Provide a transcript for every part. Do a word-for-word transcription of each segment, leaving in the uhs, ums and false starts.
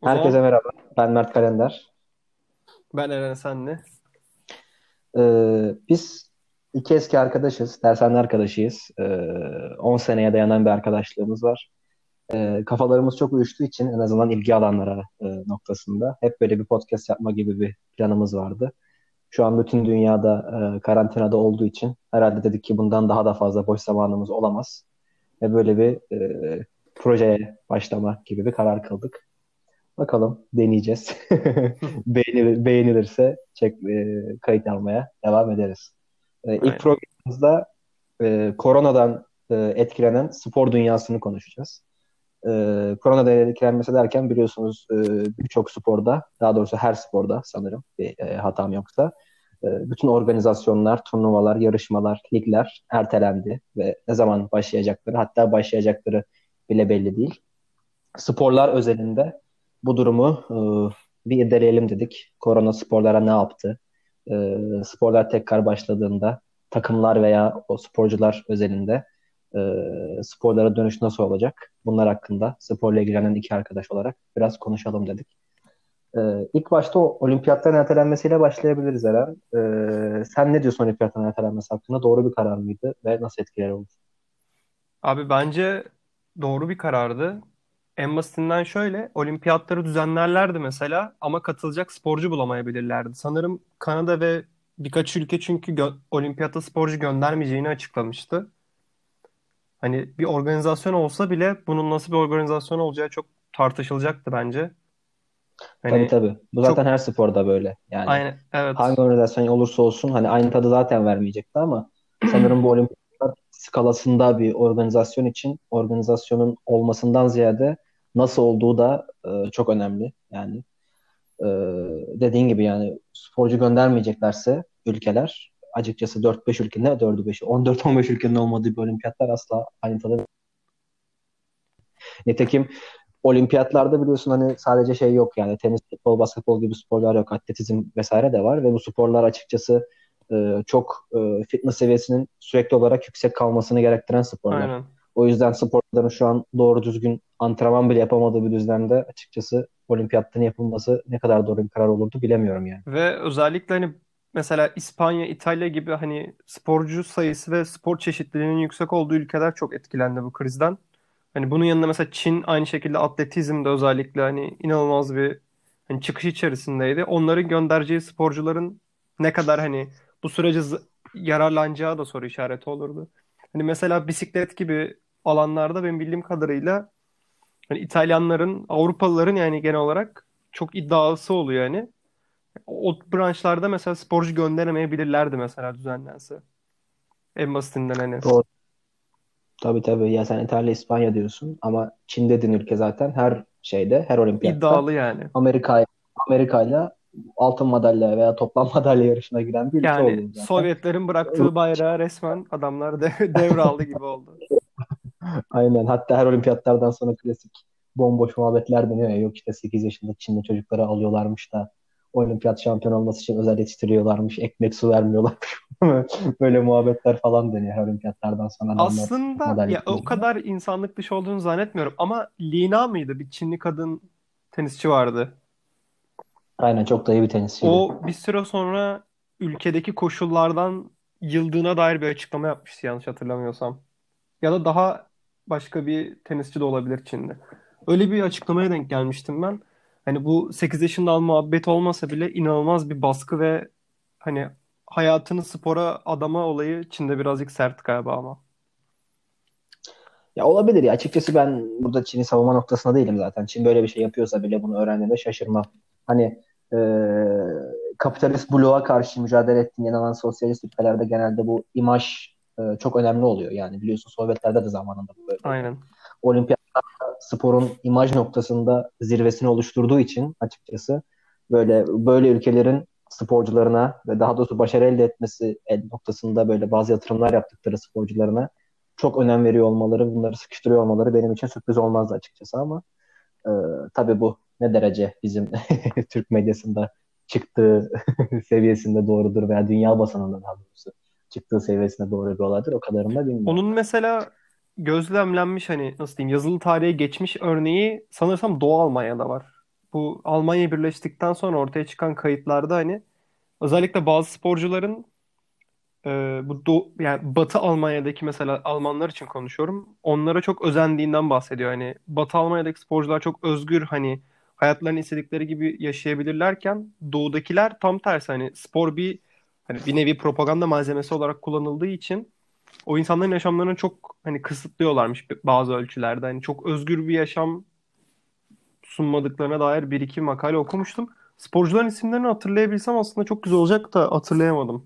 O Herkese zaman merhaba. Ben Mert Kalender. ben Eren Sen'le. Ee, biz iki eski arkadaşız. Dershane arkadaşıyız. Ee, on seneye dayanan bir arkadaşlığımız var. Ee, kafalarımız çok uyuştuğu için en azından ilgi alanlara e, noktasında hep böyle bir podcast yapma gibi bir planımız vardı. Şu an bütün dünyada e, karantinada olduğu için herhalde dedik ki bundan daha da fazla boş zamanımız olamaz. Ve böyle bir e, projeye başlama gibi bir karar kıldık. Bakalım deneyeceğiz. Beğenil, beğenilirse çek, e, kayıt almaya devam ederiz. E, ilk Aynen. programımızda e, koronadan e, etkilenen spor dünyasını konuşacağız. E, koronadan etkilenmesi derken biliyorsunuz e, birçok sporda, daha doğrusu her sporda sanırım bir e, hatam yoksa, e, bütün organizasyonlar, turnuvalar, yarışmalar, ligler ertelendi ve ne zaman başlayacakları, hatta başlayacakları bile belli değil. Sporlar özelinde bu durumu e, bir irdeleyelim dedik. Korona sporlara ne yaptı? E, sporlar tekrar başladığında takımlar veya o sporcular özelinde e, sporlara dönüş nasıl olacak? Bunlar hakkında sporla ilgilenen iki arkadaş olarak biraz konuşalım dedik. E, ilk başta o olimpiyatların ertelenmesiyle başlayabiliriz Eren. E, sen ne diyorsun olimpiyatların ertelenmesi hakkında? Doğru bir karar mıydı ve nasıl etkiler olur? Abi bence doğru bir karardı. En basitinden şöyle, olimpiyatları düzenlerlerdi mesela ama katılacak sporcu bulamayabilirlerdi. Sanırım Kanada ve birkaç ülke çünkü gö- olimpiyata sporcu göndermeyeceğini açıklamıştı. Hani bir organizasyon olsa bile bunun nasıl bir organizasyon olacağı çok tartışılacaktı bence. Tabii Hani tabii. Bu zaten çok her sporda böyle. Yani aynı, hangi evet, organizasyon olursa olsun hani aynı tadı zaten vermeyecekti ama sanırım bu olimpiyatlar skalasında bir organizasyon için organizasyonun olmasından ziyade nasıl olduğu da e, çok önemli. Yani e, dediğin gibi yani sporcu göndermeyeceklerse ülkeler açıkçası dört beş ülke ne dördü beşi on dört on beş ülkenin olmadığı bir olimpiyatlar asla aynı tadı. Nitekim olimpiyatlarda biliyorsun hani sadece şey yok yani tenis, futbol, basketbol gibi sporlar yok. Atletizm vesaire de var ve bu sporlar açıkçası e, çok e, fitness seviyesinin sürekli olarak yüksek kalmasını gerektiren sporlar. aynen. O yüzden sporcuların şu an doğru düzgün antrenman bile yapamadığı bir düzlemde açıkçası olimpiyatların yapılması ne kadar doğru bir karar olurdu bilemiyorum yani. Ve özellikle hani mesela İspanya, İtalya gibi hani sporcu sayısı ve spor çeşitliliğinin yüksek olduğu ülkeler çok etkilendi bu krizden. Hani bunun yanında mesela Çin aynı şekilde atletizmde özellikle hani inanılmaz bir hani çıkış içerisindeydi. Onların göndereceği sporcuların ne kadar hani bu sürece z- yararlanacağı da soru işareti olurdu. Hani mesela bisiklet gibi alanlarda benim bildiğim kadarıyla hani İtalyanların, Avrupalıların yani genel olarak çok iddialısı oluyor yani. O branşlarda mesela sporcu gönderemeyebilirlerdi mesela düzenlense. En basitinden hani. Doğru. Tabii tabii ya sen İtalya, İspanya diyorsun ama Çin dediğin ülke zaten her şeyde, her olimpiyatta İddialı yani. Amerika Amerika'yla altın madalya veya toplam madalya yarışına giren bir ülke Yani oluyor zaten. Sovyetlerin bıraktığı bayrağı resmen adamlar de devraldı gibi oldu. Aynen. Hatta her olimpiyatlardan sonra klasik bomboş muhabbetler dönüyor ya. Yok işte sekiz yaşında Çinli çocukları alıyorlarmış da olimpiyat şampiyon olması için özel yetiştiriyorlarmış. Ekmek su vermiyorlarmış. Böyle muhabbetler falan dönüyor her olimpiyatlardan sonra adamlar Aslında madalya ya o getiriyor. kadar insanlık dışı olduğunu zannetmiyorum ama Lina mıydı? Bir Çinli kadın tenisçi vardı. Aynen çok da iyi bir tenisçiydi. O bir süre sonra ülkedeki koşullardan yıldığına dair bir açıklama yapmıştı yanlış hatırlamıyorsam. Ya da daha başka bir tenisçi de olabilir Çin'de. Öyle bir açıklamaya denk gelmiştim ben. Hani bu sekiz yaşında muhabbet olmasa bile inanılmaz bir baskı ve hani hayatını spora adama olayı Çin'de birazcık sert galiba ama. Ya olabilir ya. Açıkçası ben burada Çin'i savunma noktasında değilim zaten. Çin böyle bir şey yapıyorsa bile bunu öğrendiğinde şaşırmam. Hani e, kapitalist bloğa karşı mücadele ettiğin inanan sosyalist ülkelerde genelde bu imaj e, çok önemli oluyor. Yani biliyorsun Sovyetlerde de zamanında bu böyleydi. Aynen. Olimpiyat sporun imaj noktasında zirvesini oluşturduğu için açıkçası böyle böyle ülkelerin sporcularına ve daha doğrusu başarı elde etmesi el noktasında böyle bazı yatırımlar yaptıkları sporcularına çok önem veriyor olmaları, bunları sıkıştırıyor olmaları benim için sürpriz olmazdı açıkçası ama e, tabii bu ne derece bizim Türk medyasında çıktığı seviyesinde doğrudur veya dünya basınında daha doğrusu çıktığı seviyesinde doğru bir olaydır o kadarını da Onun bilmiyorum. mesela gözlemlenmiş hani nasıl diyeyim yazılı tarihe geçmiş örneği sanırsam Doğu Almanya'da var. bu Almanya birleştikten sonra ortaya çıkan kayıtlarda hani özellikle bazı sporcuların e, bu do- yani Batı Almanya'daki mesela Almanlar için konuşuyorum. Onlara çok özendiğinden bahsediyor. Hani Batı Almanya'daki sporcular çok özgür, hani hayatlarını istedikleri gibi yaşayabilirlerken doğudakiler tam tersi, hani spor bir hani bir nevi propaganda malzemesi olarak kullanıldığı için o insanların yaşamlarını çok hani kısıtlıyorlarmış bazı ölçülerde. Hani çok özgür bir yaşam sunmadıklarına dair bir iki makale okumuştum. Sporcuların isimlerini hatırlayabilsem aslında çok güzel olacak da hatırlayamadım.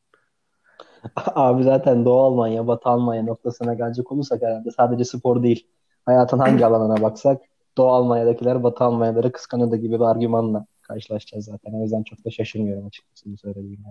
Abi zaten Doğu Almanya, Batı Almanya noktasına gelecek olursak herhalde sadece spor değil. Hayatın hangi alanına baksak Doğu Almanya'dakiler Batı Almanya'ları kıskanıyor gibi bir argümanla karşılaşacağız zaten. O yüzden çok da şaşırmıyorum açıkçası bu söylediğim.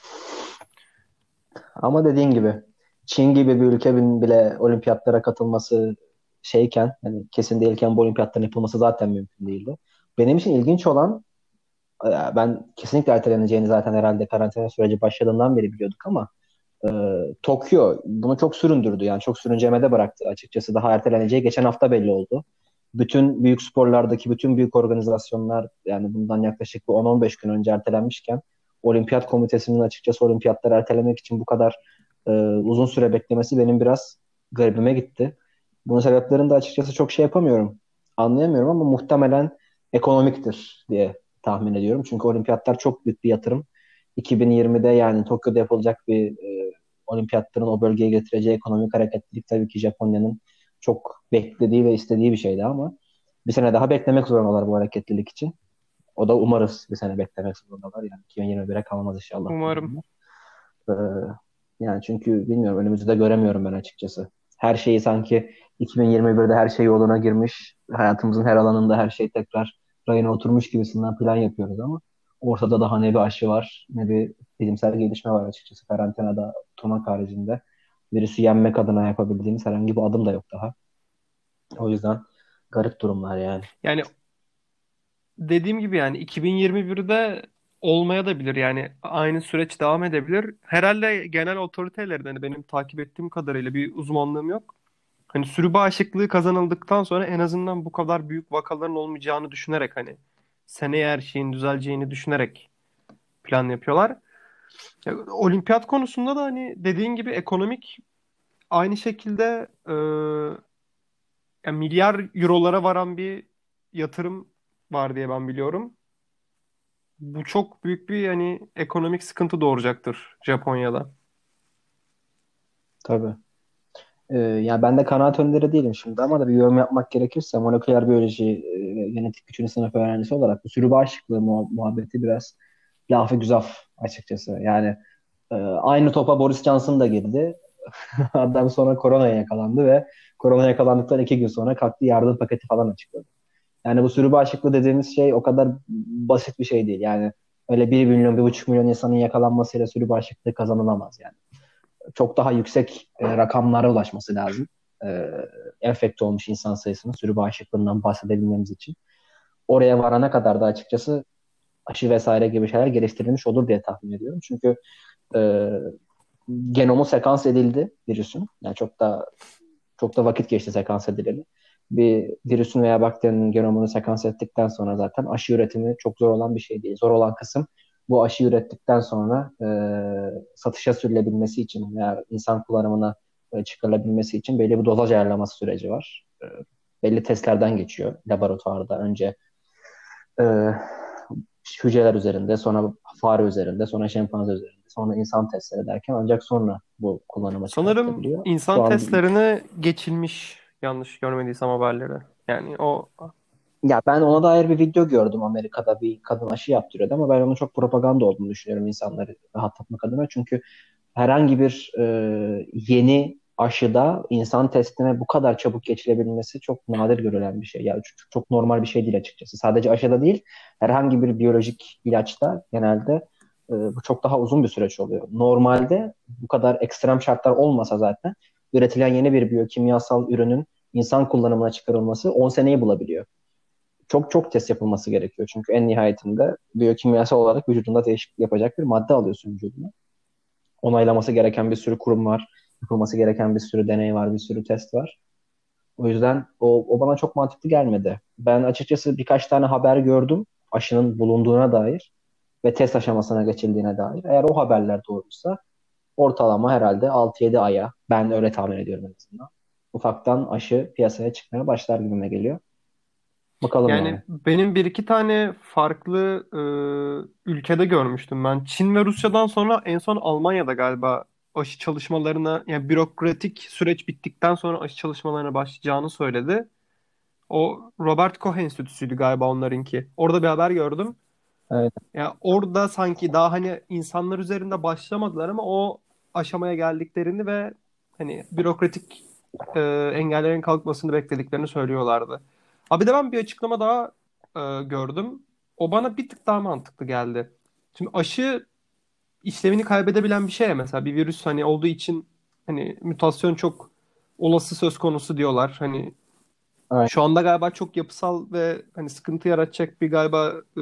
Ama dediğin gibi Çin gibi bir ülkenin bile olimpiyatlara katılması şeyken hani kesin değilken bu olimpiyatların yapılması zaten mümkün değildi. Benim için ilginç olan e, ben kesinlikle erteleneceğini zaten herhalde karantina süreci başladığından beri biliyorduk ama e, Tokyo bunu çok süründürdü. Yani çok sürüncemede bıraktı açıkçası. Daha erteleneceği geçen hafta belli oldu. Bütün büyük sporlardaki bütün büyük organizasyonlar yani bundan yaklaşık bir on on beş gün önce ertelenmişken Olimpiyat Komitesi'nin açıkçası olimpiyatları ertelemek için bu kadar e, uzun süre beklemesi benim biraz garibime gitti. Bunun sebeplerini de açıkçası çok şey yapamıyorum. Anlayamıyorum ama muhtemelen ekonomiktir diye tahmin ediyorum. Çünkü olimpiyatlar çok büyük bir yatırım. iki bin yirmide yani Tokyo'da yapılacak bir e, olimpiyatların o bölgeye getireceği ekonomik hareketlilik tabii ki Japonya'nın çok beklediği ve istediği bir şeydi ama bir sene daha beklemek zorundalar bu hareketlilik için. O da umarız bir sene beklemek zorundalar. Yani iki bin yirmi bire kalmaz inşallah bu Umarım. durumda. Ee, yani çünkü bilmiyorum önümüzü de göremiyorum ben açıkçası. Her şeyi sanki iki bin yirmi birde her şey yoluna girmiş. Hayatımızın her alanında her şey tekrar rayına oturmuş gibisinden plan yapıyoruz ama ortada daha ne bir aşı var ne bir bilimsel gelişme var açıkçası. Karantinada tutmak haricinde virüsü yenmek adına yapabildiğimiz herhangi bir adım da yok daha. O yüzden garip durumlar yani. Yani dediğim gibi yani iki bin yirmi birde olmaya da bilir, yani aynı süreç devam edebilir. Herhalde genel otoritelerin, hani benim takip ettiğim kadarıyla bir uzmanlığım yok. Hani sürü bağışıklığı kazanıldıktan sonra en azından bu kadar büyük vakaların olmayacağını düşünerek, hani seneye her şeyin düzeleceğini düşünerek plan yapıyorlar. Ya, olimpiyat konusunda da hani dediğin gibi ekonomik aynı şekilde e, ya milyar eurolara varan bir yatırım var diye ben biliyorum. Bu çok büyük bir yani ekonomik sıkıntı doğuracaktır Japonya'da. Tabii. Ee, yani ben de kanaat önderi değilim şimdi ama da bir yorum yapmak gerekirse moleküler biyoloji, e, genetik üçüncü sınıf öğrencisi olarak bu sürü bağışıklığı mu- muhabbeti biraz lafı güzaf açıkçası. Yani e, aynı topa Boris Johnson da girdi. Adam sonra koronaya yakalandı ve korona yakalandıktan iki gün sonra kalktı yardım paketi falan açıkladı. Yani bu sürü bağışıklığı dediğimiz şey o kadar basit bir şey değil. Yani öyle bir milyon, bir buçuk milyon insanın yakalanmasıyla sürü bağışıklığı kazanılamaz yani çok daha yüksek e, rakamlara ulaşması lazım. E, enfekte olmuş insan sayısının sürü bağışıklığından bahsedebilmemiz için. Oraya varana kadar da açıkçası aşı vesaire gibi şeyler geliştirilmiş olur diye tahmin ediyorum. Çünkü e, genomu sekans edildi virüsün. Yani çok da çok da vakit geçti sekans edileli. Bir virüsün veya bakterinin genomunu sekans ettikten sonra zaten aşı üretimi çok zor olan bir şey değil. Zor olan kısım bu aşı ürettikten sonra e, satışa sürülebilmesi için veya insan kullanımına e, çıkarılabilmesi için belli bir dozaj ayarlaması süreci var. E, belli testlerden geçiyor laboratuvarda. Önce e, hücreler üzerinde, sonra fare üzerinde, sonra şempanze üzerinde, sonra insan testleri derken ancak sonra bu kullanıma Sanırım çıkartılabiliyor. Şu insan an testlerine geçilmiş, yanlış görmediysem haberleri. Yani o ya ben ona dair bir video gördüm Amerika'da bir kadın aşı yaptırıyordu ama ben onun çok propaganda olduğunu düşünüyorum insanları rahatlatmak adına. Çünkü herhangi bir e, yeni aşıda insan testine bu kadar çabuk geçilebilmesi çok nadir görülen bir şey. Yani çok, çok normal bir şey değil açıkçası. Sadece aşıda değil, herhangi bir biyolojik ilaçta genelde e, bu çok daha uzun bir süreç oluyor. Normalde bu kadar ekstrem şartlar olmasa zaten üretilen yeni bir biyokimyasal ürünün insan kullanımına çıkarılması on seneyi bulabiliyor çok çok test yapılması gerekiyor. Çünkü en nihayetinde biyokimyasal olarak vücudunda değişiklik yapacak bir madde alıyorsun vücuduna. Onaylaması gereken bir sürü kurum var. Yapılması gereken bir sürü deney var, bir sürü test var. O yüzden o, o bana çok mantıklı gelmedi. Ben açıkçası birkaç tane haber gördüm aşının bulunduğuna dair ve test aşamasına geçildiğine dair. Eğer o haberler doğruysa ortalama herhalde altı yedi aya, ben öyle tahmin ediyorum en azından, ufaktan aşı piyasaya çıkmaya başlar gibime geliyor. Bakalım Yani yani. benim bir iki tane farklı e, ülkede görmüştüm ben. Çin ve Rusya'dan sonra en son Almanya'da galiba aşı çalışmalarına, yani bürokratik süreç bittikten sonra aşı çalışmalarına başlayacağını söyledi. O Robert Koch Enstitüsü'ydü galiba onlarınki. Orada bir haber gördüm. Evet, Ya orada sanki daha hani insanlar üzerinde başlamadılar ama o aşamaya geldiklerini ve hani bürokratik e, engellerin kalkmasını beklediklerini söylüyorlardı. Abi de ben bir açıklama daha e, gördüm. O bana bir tık daha mantıklı geldi. Şimdi aşı işlevini kaybedebilen bir şey ya, mesela bir virüs hani olduğu için hani mutasyon çok olası söz konusu diyorlar. Hani aynen. şu anda galiba çok yapısal ve hani sıkıntı yaratacak bir galiba e,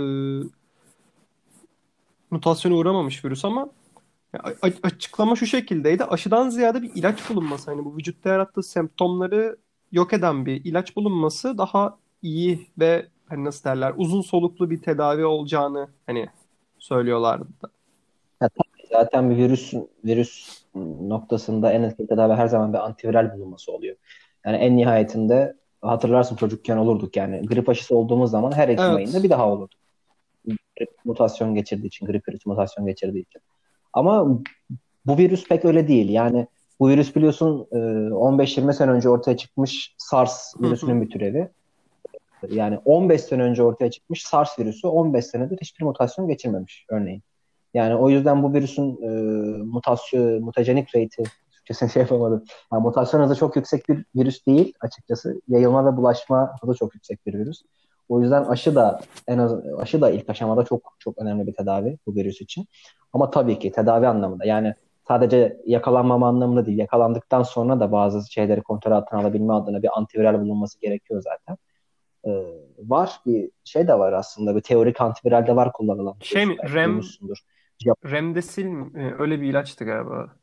mutasyona uğramamış virüs ama ya, a- açıklama şu şekildeydi. Aşıdan ziyade bir ilaç bulunması, hani bu vücutta yarattığı semptomları yok eden bir ilaç bulunması daha iyi ve hani nasıl derler, uzun soluklu bir tedavi olacağını hani söylüyorlardı. Ya tabii zaten bir virüs virüs noktasında en etkili tedavi her zaman bir antiviral bulunması oluyor. Yani en nihayetinde hatırlarsın çocukken olurduk yani. Grip aşısı olduğumuz zaman her Ekim ayında Evet. bir daha olurdu. Grip mutasyon geçirdiği için, grip virüsü mutasyon geçirdiği için. Ama bu virüs pek öyle değil. Yani bu virüs biliyorsun e, on beş yirmi sene önce ortaya çıkmış SARS Hı hı. virüsünün bir türevi. Yani on beş sene önce ortaya çıkmış SARS virüsü on beş senedir hiçbir mutasyon geçirmemiş örneğin. Yani o yüzden bu virüsün e, mutasyon, mutagenik rate'i, Türkçesini şey yapamadım. Yani mutasyon hızı çok yüksek bir virüs değil açıkçası. Yayılma ve bulaşma hızı çok yüksek bir virüs. O yüzden aşı da en az aşı da ilk aşamada çok çok önemli bir tedavi bu virüs için. Ama tabii ki tedavi anlamında, yani sadece yakalanmama anlamında değil, yakalandıktan sonra da bazı şeyleri kontrol altına alabilme adına bir antiviral bulunması gerekiyor zaten. Ee, var bir şey de var aslında, bir teorik antiviral de var kullanılan, Şey biliyorsun mi? belki Rem duymuşsundur. Remdesil mi? Öyle bir ilaçtı galiba.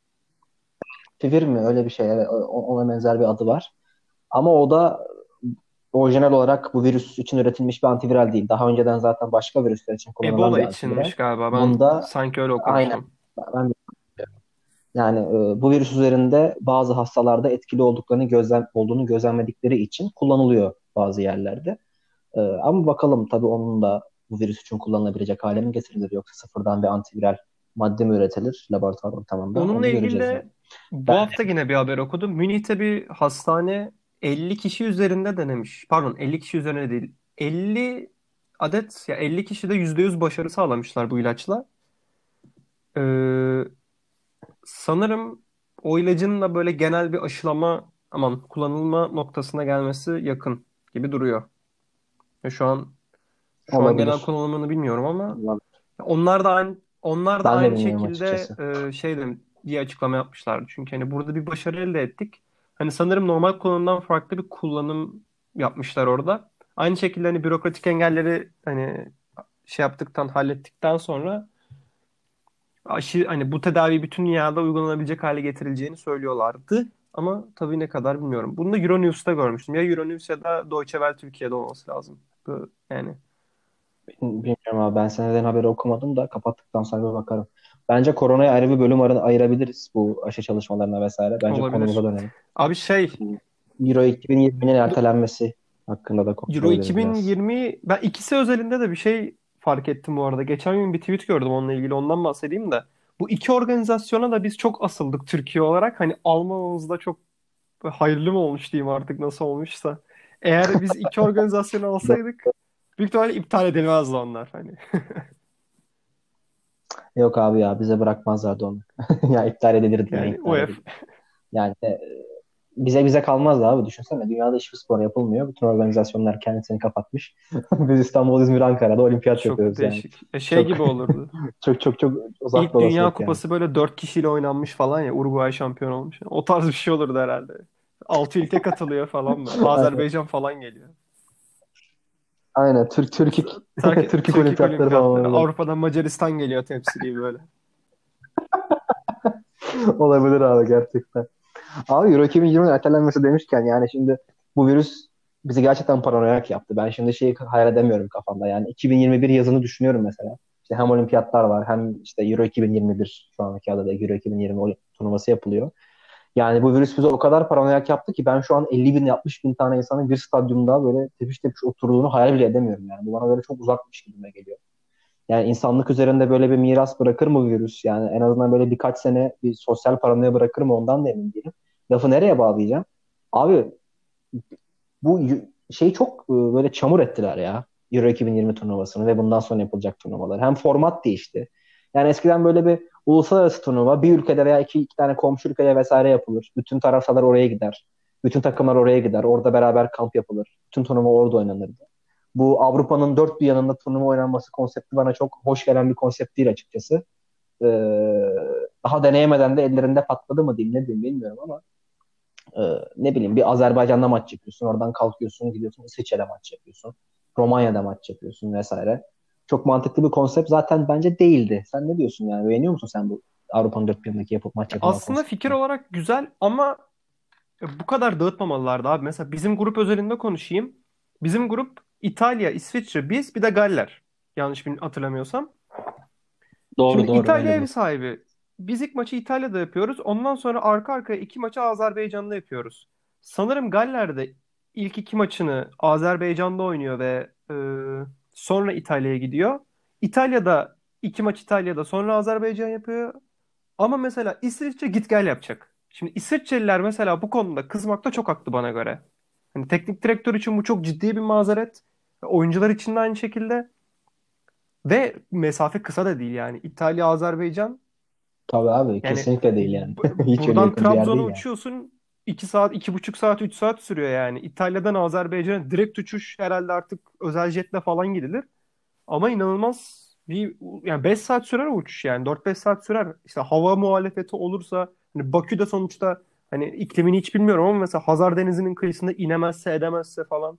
Japivir mi öyle bir şey, evet, o- ona benzer bir adı var. Ama o da orijinal olarak bu virüs için üretilmiş bir antiviral değil. Daha önceden zaten başka virüsler için kullanılan Ebola bir antiviral. içinmiş galiba. Ben Bunda sanki öyle aynen, okumuştum. ben yani e, bu virüs üzerinde bazı hastalarda etkili olduklarını gözlem olduğunu gözlemledikleri için kullanılıyor bazı yerlerde. E, ama bakalım tabii onun da bu virüs için kullanılabilecek hale mi getirilir, yoksa sıfırdan bir antiviral madde mi üretilir laboratuvar ortamında, Onunla onu ilgili göreceğiz yani. de bu Ben hafta yine bir haber okudum. Münih'te bir hastane elli kişi üzerinde denemiş. Pardon, elli kişi üzerine değil. elli adet, ya elli kişi de yüzde yüz başarı sağlamışlar bu ilaçla. Ee, sanırım o ilacın da böyle genel bir aşılama, aman kullanılma noktasına gelmesi yakın gibi duruyor. Ve şu an şu an genel olabilir. kullanımını bilmiyorum ama Olabilir. onlar da aynı onlar da Ben de aynı bilmiyorum şekilde açıkçası. e, şey de, diye açıklama yapmışlardı. Çünkü hani burada bir başarı elde ettik. Hani sanırım normal kullanımdan farklı bir kullanım yapmışlar orada. Aynı şekilde hani bürokratik engelleri hani şey yaptıktan, hallettikten sonra aşı, hani bu tedavi bütün dünyada uygulanabilecek hale getirileceğini söylüyorlardı. Ama tabii ne kadar bilmiyorum. Bunu da Euronews'ta görmüştüm. Ya Euronews ya da Deutsche Welle Türkiye'de olması lazım. Bu, yani Bilmiyorum abi, ben seneden haberi okumadım da kapattıktan sonra bir bakarım. Bence koronaya ayrı bir bölüm ar- ayırabiliriz, bu aşı çalışmalarına vesaire. Bence konumuza olabilir. dönelim. Abi şey, Euro iki bin yirminin ertelenmesi hakkında da Euro konuşabiliriz biraz. iki bin yirmi, ben ikisi özelinde de bir şey fark ettim bu arada. Geçen gün bir tweet gördüm onunla ilgili, ondan bahsedeyim de. Bu iki organizasyona da biz çok asıldık Türkiye olarak. Hani almamamız da çok hayırlı mı olmuş diyeyim, artık nasıl olmuşsa. Eğer biz iki organizasyonu alsaydık büyük ihtimalle iptal edilmezdi onlar hani. Yok abi ya, bize bırakmazlardı onu. Ya iptal edilirdi, yine Yani iptal UEFA. edilirdi. Yani e, bize bize kalmazdı abi, düşünsene. Dünyada hiçbir spor yapılmıyor. Bütün organizasyonlar kendisini kapatmış. Biz İstanbul, İzmir, Ankara'da olimpiyat Çok yapıyoruz yani. değişik. E şey Çok gibi olurdu. çok çok çok uzak bir İlk Dünya olasılık yani. Kupası böyle dört kişiyle oynanmış falan ya. Uruguay şampiyon olmuş. O tarz bir şey olurdu herhalde. Altı ülke katılıyor falan böyle. Aynen. Azerbaycan falan geliyor. Aynen. Türk Türkik Sanki Türkik Türkiye olimpiyatları falan olimpiyatları. olabilir. Avrupa'dan Macaristan geliyor temsili böyle. Olabilir abi, gerçekten. Abi Euro iki bin yirmi ertelenmesi demişken yani şimdi bu virüs bizi gerçekten paranoyak yaptı. Ben şimdi şeyi hayal edemiyorum kafamda. Yani iki bin yirmi bir yazını düşünüyorum mesela. İşte hem olimpiyatlar var hem işte Euro iki bin yirmi bir şu anki adada Euro iki bin yirmi oli- turnuvası yapılıyor. Yani bu virüs bizi o kadar paranoyak yaptı ki ben şu an elli bin altmış bin tane insanın bir stadyumda böyle tepiş tepiş oturduğunu hayal bile edemiyorum yani. Bu bana böyle çok uzakmış gibime geliyor. Yani insanlık üzerinde böyle bir miras bırakır mı virüs? Yani en azından böyle birkaç sene bir sosyal paranoya bırakır mı ondan da emin değilim. Lafı nereye bağlayacağım? Abi bu y- şeyi çok e, böyle çamur ettiler ya. Euro iki bin yirmi turnuvasını ve bundan sonra yapılacak turnuvalar. Hem format değişti. Yani eskiden böyle bir uluslararası turnuva bir ülkede veya iki, iki tane komşu ülkede vesaire yapılır. Bütün taraftarlar oraya gider. Bütün takımlar oraya gider. Orada beraber kamp yapılır. Bütün turnuva orada oynanırdı. Bu Avrupa'nın dört bir yanında turnuva oynanması konsepti bana çok hoş gelen bir konsept değil açıkçası. Ee, Daha deneyemeden de ellerinde patladı mı diyeyim ne diyeyim bilmiyorum ama e, ne bileyim bir Azerbaycan'da maç yapıyorsun. Oradan kalkıyorsun gidiyorsun İsviçre'de maç yapıyorsun. Romanya'da maç yapıyorsun vesaire. Çok mantıklı bir konsept zaten bence değildi. Sen ne diyorsun yani? Beğeniyor musun sen bu Avrupa'nın dört bir yanındaki yapıp maç yapılma Aslında fikir konseptini? olarak güzel ama bu kadar dağıtmamalılardı abi. Mesela bizim grup özelinde konuşayım. Bizim grup İtalya, İsviçre, biz bir de Galler. Yanlış bir hatırlamıyorsam. Doğru Şimdi doğru İtalya öyle ev bu. sahibi. Biz ilk maçı İtalya'da yapıyoruz. Ondan sonra arka arkaya iki maçı Azerbaycan'da yapıyoruz. Sanırım Galler'de ilk iki maçını Azerbaycan'da oynuyor ve e, sonra İtalya'ya gidiyor. İtalya'da iki maç İtalya'da sonra Azerbaycan yapıyor. Ama mesela İsviçre git gel yapacak. Şimdi İsviçreliler mesela bu konuda kızmakta çok haklı bana göre. Hani teknik direktör için bu çok ciddi bir mazeret. Oyuncular için de aynı şekilde. Ve mesafe kısa da değil yani. İtalya, Azerbaycan. Tabii abi Yani kesinlikle değil yani. bu- Hiç öyle buradan yakın bir yer Trabzon'a değil yani. uçuyorsun. iki saat, iki buçuk saat, üç saat sürüyor yani. İtalya'dan Azerbaycan'a direkt uçuş herhalde artık özel jetle falan gidilir. Ama inanılmaz bir yani beş saat sürer o uçuş yani. Dört beş saat sürer. İşte hava muhalefeti olursa hani Bakü'de sonuçta hani iklimini hiç bilmiyorum ama mesela Hazar Denizi'nin kıyısında inemezse edemezse falan.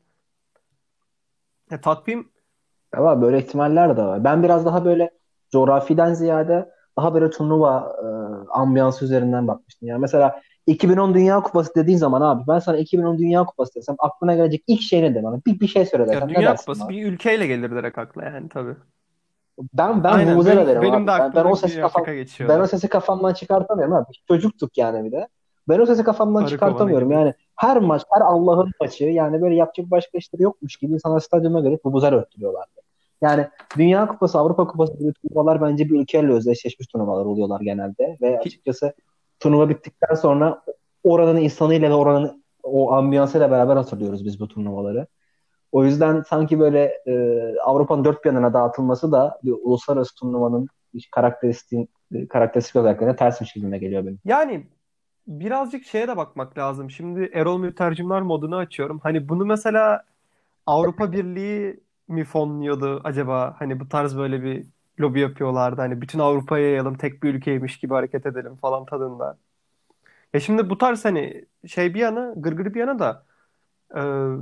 Ya takvim Ama böyle ihtimaller de var. Ben biraz daha böyle coğrafiden ziyade daha böyle turnuva e, ambiyansı üzerinden bakmıştım. Yani mesela iki bin on Dünya Kupası dediğin zaman abi ben sana iki bin on Dünya Kupası desem aklına gelecek ilk şey nedir bana? Bir, bir şey söyle ya desem ne Dünya dersin Kupası bana? bir ülkeyle gelir direkt akla yani tabii. Ben ben Aynen vuvuzela benim derim benim de abi. Ben, ben aklıma o Güney sesi kafam Afrika ben o geçiyordu. sesi kafamdan çıkartamıyorum abi. Çocuktuk yani bir de. Ben o sesi kafamdan Arı kovanı çıkartamıyorum. gibi. Yani her maç, her Allah'ın maçı yani böyle yapacak başka işleri yokmuş gibi sana stadyuma gelip vuvuzela öttürüyorlar. Yani Dünya Kupası, Avrupa Kupası gibi turnuvalar bence bir ülkeyle özdeşleşmiş turnuvalar oluyorlar genelde. Ve Hi- açıkçası turnuva bittikten sonra oranın insanıyla ve oranın o ambiyansıyla beraber hatırlıyoruz biz bu turnuvaları. O yüzden sanki böyle e, Avrupa'nın dört bir yanına dağıtılması da bir uluslararası turnuvanın karakteristik, karakteristik özelliklerine tersmiş gibime geliyor benim. Yani birazcık şeye de bakmak lazım. Şimdi Erol Mütercimler modunu açıyorum. Hani bunu mesela Avrupa Birliği mi fonluyordu acaba? Hani bu tarz böyle bir lobi yapıyorlardı. Hani bütün Avrupa'ya yayalım, tek bir ülkeymiş gibi hareket edelim falan tadında. Ya şimdi bu tarz hani şey bir yana, gırgır bir yana da e,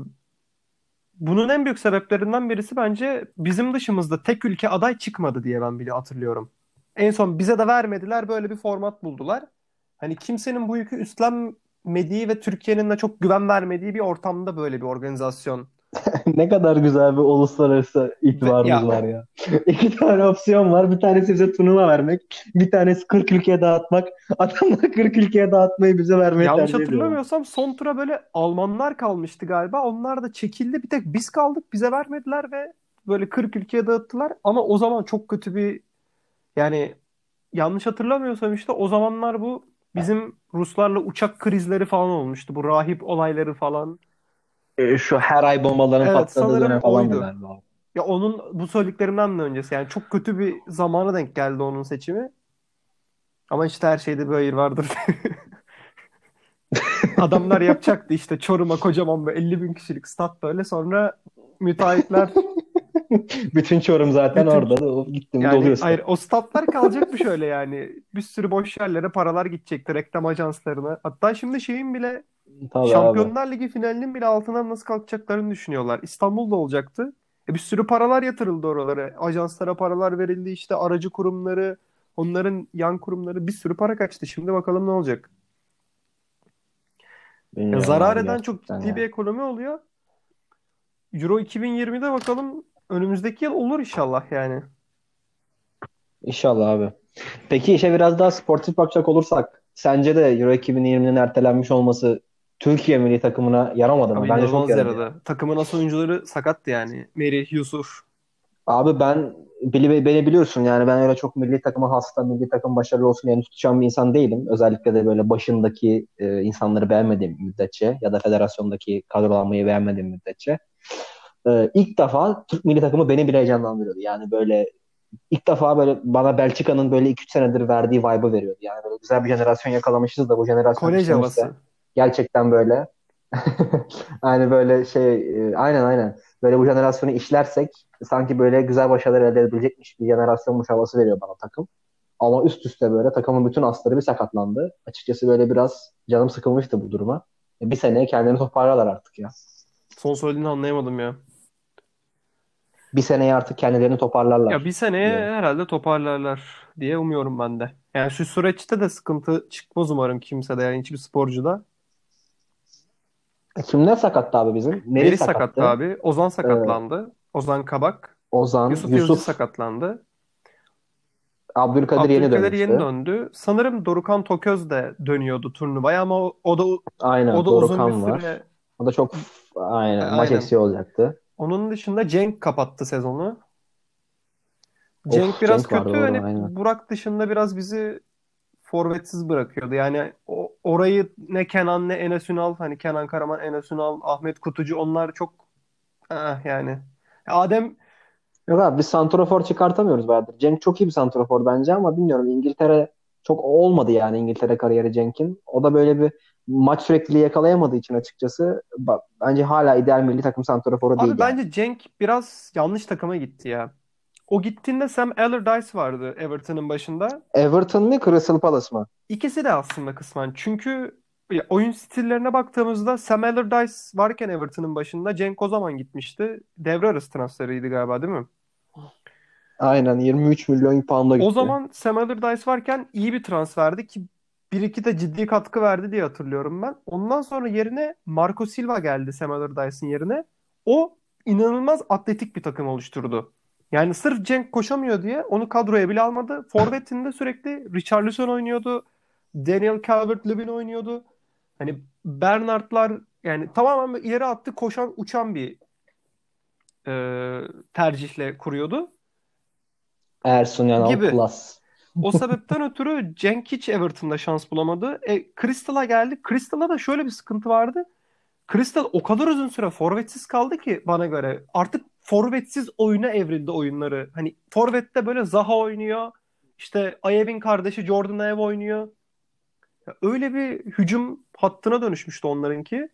bunun en büyük sebeplerinden birisi bence bizim dışımızda tek ülke aday çıkmadı diye ben bile hatırlıyorum. En son bize de vermediler, böyle bir format buldular. Hani kimsenin bu yükü üstlenmediği ve Türkiye'nin de çok güven vermediği bir ortamda böyle bir organizasyon. Ne kadar güzel bir uluslararası Ve itibarımız ya var ya. İki tane opsiyon var. Bir tanesi bize turnuva vermek. Bir tanesi kırk ülkeye dağıtmak. Adamlar kırk ülkeye dağıtmayı bize vermeyi yanlış tercih ediyorlar. hatırlamıyorsam son tura böyle Almanlar kalmıştı galiba. Onlar da çekildi. Bir tek biz kaldık. Bize vermediler ve böyle kırk ülkeye dağıttılar. Ama o zaman çok kötü bir yani yanlış hatırlamıyorsam işte o zamanlar bu bizim Ruslarla uçak krizleri falan olmuştu. Bu rahip olayları falan. E, şu her ay bombaların Evet patladığı sanırım dönem falan da oydu. galiba. Ya onun bu söylediklerimden de öncesi yani çok kötü bir zamana denk geldi onun seçimi. Ama işte her şeyde bir hayır vardır. Adamlar yapacaktı işte Çorum'a kocaman bir elli bin kişilik stat böyle sonra müteahhitler Bütün Çorum zaten bütün orada. O gitti mi yani doluyor stat. hayır o statlar kalacakmış öyle yani. Bir sürü boş yerlere paralar gidecekti reklam ajanslarına. Hatta şimdi şeyin bile Tabii abi. Şampiyonlar Ligi finalinin bile altından nasıl kalkacaklarını düşünüyorlar. İstanbul'da olacaktı. E bir sürü paralar yatırıldı oralara. Ajanslara paralar verildi işte aracı kurumları, onların yan kurumları bir sürü para kaçtı. Şimdi bakalım ne olacak. Ya Bilmiyorum zarar abi eden çok gerçekten ciddi bir ya. ekonomi oluyor. Euro iki bin yirmide bakalım, önümüzdeki yıl olur inşallah yani. İnşallah abi. Peki işe biraz daha sportif bakacak olursak sence de Euro iki bin yirminin ertelenmiş olması Türkiye milli takımına yaramadı mı? Abi Bence çok inanılmaz yaradı ya. yaradı. Takımın asıl oyuncuları sakattı yani. Merih, Yusuf. Abi ben bili, beni biliyorsun yani ben öyle çok milli takıma hasta, milli takım başarılı olsun diye tutacağım bir insan değilim. Özellikle de böyle başındaki e, insanları beğenmediğim müddetçe ya da federasyondaki kadrolanmayı beğenmediğim müddetçe. E, ilk defa Türk milli takımı beni bile heyecanlandırıyordu. Yani böyle ilk defa böyle bana Belçika'nın böyle iki üç senedir verdiği vibe'ı veriyordu. Yani böyle güzel bir jenerasyon yakalamışız da bu jenerasyon Kolej işlenirse havası. gerçekten böyle yani böyle şey e, aynen aynen böyle bu jenerasyonu işlersek sanki böyle güzel başarılar elde edebilecekmiş bir jenerasyonmuş havası veriyor bana takım. Ama üst üste böyle takımın bütün asları bir sakatlandı. Açıkçası böyle biraz canım sıkılmıştı bu duruma. E, Bir seneye kendini toparlarlar artık ya. Son söylediğini anlayamadım ya. Bir seneye artık kendilerini Ya bir toparlarlar seneye diyorum. herhalde toparlarlar diye umuyorum ben de. Yani şu süreçte de sıkıntı çıkmaz umarım kimsede, yani hiçbir sporcuda. E, kimler sakattı abi bizim? Merih Merih sakattı sakattı. abi. Ozan E, sakatlandı. Ozan Kabak. Ozan, Yusuf Yazıcı Yusuf, sakatlandı. Abdülkadir yeni Abdülkadir yeni dönmüştü. döndü. Sanırım Dorukhan Toköz de dönüyordu turnuvaya ama o, o da o Aynen da uzun bir Dorukhan var. süre, O da çok e, aynen maç aynen. eksiği olacaktı. Onun dışında Cenk kapattı sezonu. Cenk Of biraz Cenk var kötü. doğru Hani aynen. Burak dışında biraz bizi forvetsiz bırakıyordu. Yani o, orayı ne Kenan ne Enes Ünal, hani Kenan Karaman, Enes Ünal, Ahmet Kutucu, onlar çok eh, yani. Adem, Yok abi biz santrafor çıkartamıyoruz bayağıdır. Cenk çok iyi bir santrafor bence ama bilmiyorum İngiltere çok olmadı yani İngiltere kariyeri Cenk'in. O da böyle bir maç sürekliliği yakalayamadığı için açıkçası ba- bence hala ideal milli takım santraforu değil abi yani. bence Cenk biraz yanlış takıma gitti ya. O gittiğinde Sam Allardyce vardı Everton'ın başında. Everton mi Crystal Palace mı? İkisi de aslında kısmen. Çünkü ya, oyun stillerine baktığımızda Sam Allardyce varken Everton'ın başında Cenk o zaman gitmişti. Devre arası transferiydi galiba, değil mi? Aynen yirmi üç milyon pound'a O gitti. zaman Sam Allardyce varken iyi bir transferdi ki bir iki de ciddi katkı verdi diye hatırlıyorum ben. Ondan sonra yerine Marco Silva geldi Sam Allardyce'ın yerine. O inanılmaz atletik bir takım oluşturdu. Yani sırf Cenk koşamıyor diye onu kadroya bile almadı. Forvet'inde sürekli Richarlison oynuyordu. Daniel Calvert-Lewin oynuyordu. Hani Bernard'lar, yani tamamen ileri attı, koşan uçan bir e, tercihle kuruyordu Ersun Yanal gibi. Plus. O sebepten ötürü Cenk hiç Everton'da şans bulamadı. E, Crystal'a geldi. Crystal'a da şöyle bir sıkıntı vardı. Crystal o kadar uzun süre forvetsiz kaldı ki bana göre. Artık forvetsiz oyuna evrildi oyunları. Hani forvette böyle Zaha oynuyor. İşte Ayev'in kardeşi Jordan Ayew oynuyor. Ya öyle bir hücum hattına dönüşmüştü onlarınki.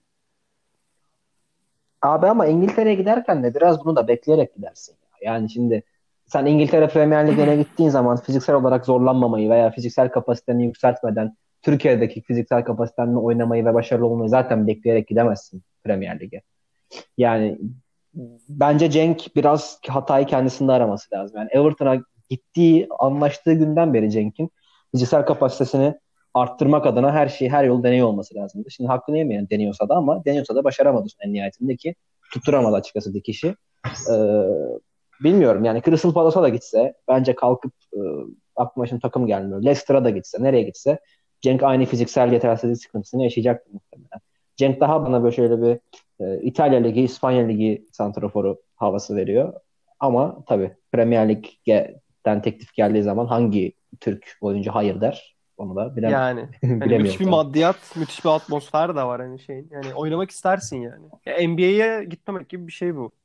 Abi ama İngiltere'ye giderken de biraz bunu da bekleyerek gidersin. Ya. Yani şimdi sen İngiltere Premier Ligi'ne gittiğin zaman fiziksel olarak zorlanmamayı veya fiziksel kapasiteni yükseltmeden Türkiye'deki fiziksel kapasitenle oynamayı ve başarılı olmayı zaten bekleyerek gidemezsin Premier Lig'e. Yani bence Cenk biraz hatayı kendisinde araması lazım. Yani Everton'a gittiği, anlaştığı günden beri Cenk'in fiziksel kapasitesini arttırmak adına her şeyi, her yolu deniyor olması lazımdı. Şimdi hakkını yemeyen deniyorsa da ama deniyorsa da başaramadı en nihayetinde ki tutturamadı açıkçası dikişi. Ee, bilmiyorum yani Crystal Palace'a da gitse bence kalkıp e, aklıma şimdi takım gelmiyor. Leicester'a da gitse, nereye gitse Cenk aynı fiziksel yetersizlik sıkıntısını yaşayacaktır muhtemelen. Cenk daha bana böyle şöyle bir e, İtalya Ligi, İspanya Ligi santraforu havası veriyor. Ama tabii Premier Lig'den teklif geldiği zaman hangi Türk oyuncu hayır der? Onu da bilem Yani hani müthiş bilemiyorum bir tabii. maddiyat, müthiş bir atmosfer de var hani şeyin. Yani oynamak istersin yani. Ya N B A'ye gitmemek gibi bir şey bu.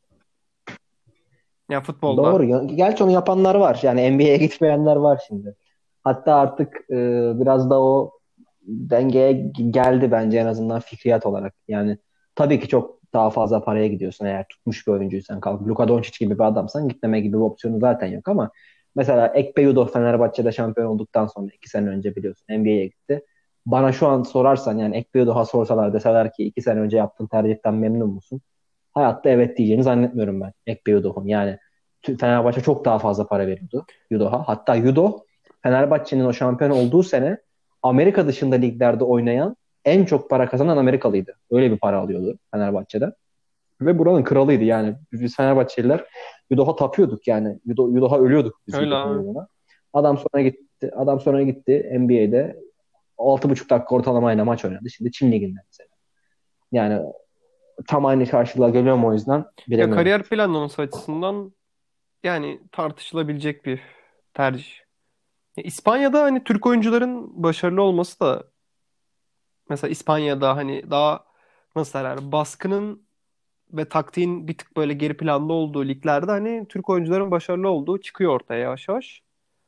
Ya Doğru. futbolda. Ya- Gerçi onu yapanlar var. Yani N B A'ye gitmeyenler var şimdi. Hatta artık e, biraz da o dengeye g- geldi bence en azından fikriyat olarak. Yani tabii ki çok daha fazla paraya gidiyorsun eğer tutmuş bir oyuncuysan. Kalk Luka Doncic gibi bir adamsan gitmeme gibi bir opsiyonu zaten yok ama mesela Ekpe Udoh Fenerbahçe'de şampiyon olduktan sonra iki sene önce biliyorsun N B A'ye gitti. Bana şu an sorarsan yani Ekpe Udoh'a sorsalar deseler ki iki sene önce yaptığın tercihten memnun musun? Hayatta evet diyeceğini zannetmiyorum ben Ekpe Udoh'un. Yani tü- Fenerbahçe çok daha fazla para veriyordu Udoh'a. Hatta Udoh Fenerbahçe'nin o şampiyon olduğu sene Amerika dışında liglerde oynayan en çok para kazanan Amerikalıydı. Öyle bir para alıyordu Fenerbahçe'den. Ve buranın kralıydı yani. Biz Fenerbahçeliler Yudoh'a tapıyorduk yani. Yudo, Yudoh'a ölüyorduk biz Öyle Yudoh'un abi. uğruna. Adam sonra gitti. Adam sonra gitti N B A'de altı buçuk dakika ortalamayla maç oynadı. Şimdi Çin Ligi'nde mesela. Yani tam aynı karşılığa geliyor mu o yüzden Ya bilemiyorum. kariyer planlaması açısından yani tartışılabilecek bir tercih. Ya İspanya'da hani Türk oyuncuların başarılı olması da mesela İspanya'da hani daha nasıl derler baskının ve taktiğin bir tık böyle geri planda olduğu liglerde hani Türk oyuncuların başarılı olduğu çıkıyor ortaya yavaş yavaş.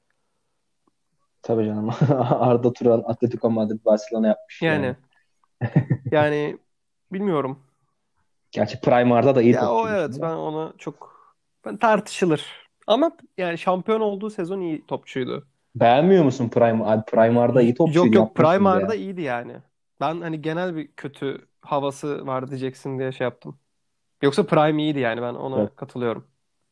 Tabii canım. Arda Turan Atletico Madrid Barcelona yapmış yani. Yani yani bilmiyorum. Gerçi Primar'da da iyi Ya o topçuydu evet şimdi de. ben ona çok ben tartışılır. Ama yani şampiyon olduğu sezon iyi topçuydu. Beğenmiyor musun Prime? Abi Primar'da iyi Y- topçuydu Yok yok yapma şimdi Primar'da ya. iyiydi yani. Ben hani genel bir kötü havası var diyeceksin diye şey yaptım. Yoksa Prime iyiydi yani ben ona Yok. katılıyorum.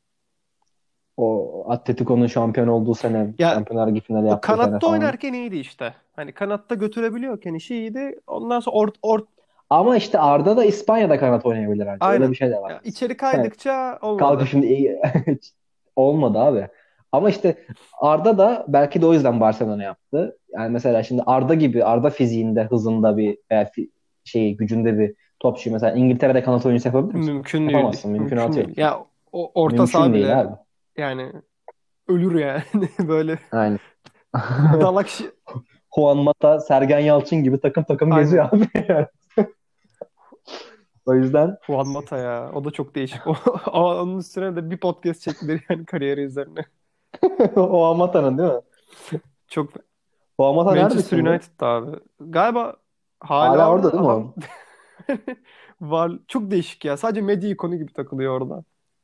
O Atletico'nun şampiyon olduğu sene, Ya Şampiyonlar Ligi finali o yaptığı sene kanatta falan. oynarken iyiydi işte. Hani kanatta götürebiliyorken işi iyiydi. Ondan sonra ort ort Ama işte Arda da İspanya'da kanat oynayabilir anca. Öyle aynen. bir şey de var Ya mesela. içeri Sen kaydıkça kalkıp olmadı. şimdi iyi olmadı abi. Ama işte Arda da belki de o yüzden Barcelona yaptı. Yani mesela şimdi Arda gibi Arda fiziğinde, hızında bir veya fi- şey gücünde bir topçu mesela İngiltere'de kanat oyuncusu yapabilir misin? Mümkün değil. Yapamazsın. Mümkün Mümkünatı yok. değil. Ya o orta Mümkün saha değil bile abi. yani ölür yani. Böyle Aynen. dalak şi- Juan Mata, Sergen Yalçın gibi takım takım geziyor aynen. abi. O yüzden Juan Mata ya. O da çok değişik. O, onun üstüne de bir podcast çektiler yani kariyeri üzerine. Juan Mata'nın değil mi? Çok Juan Mata nerede Manchester şimdi? United'da abi. Galiba hala Hala orada orada değil mi adam o? var. Çok değişik ya. Sadece medya ikonu gibi takılıyor orada.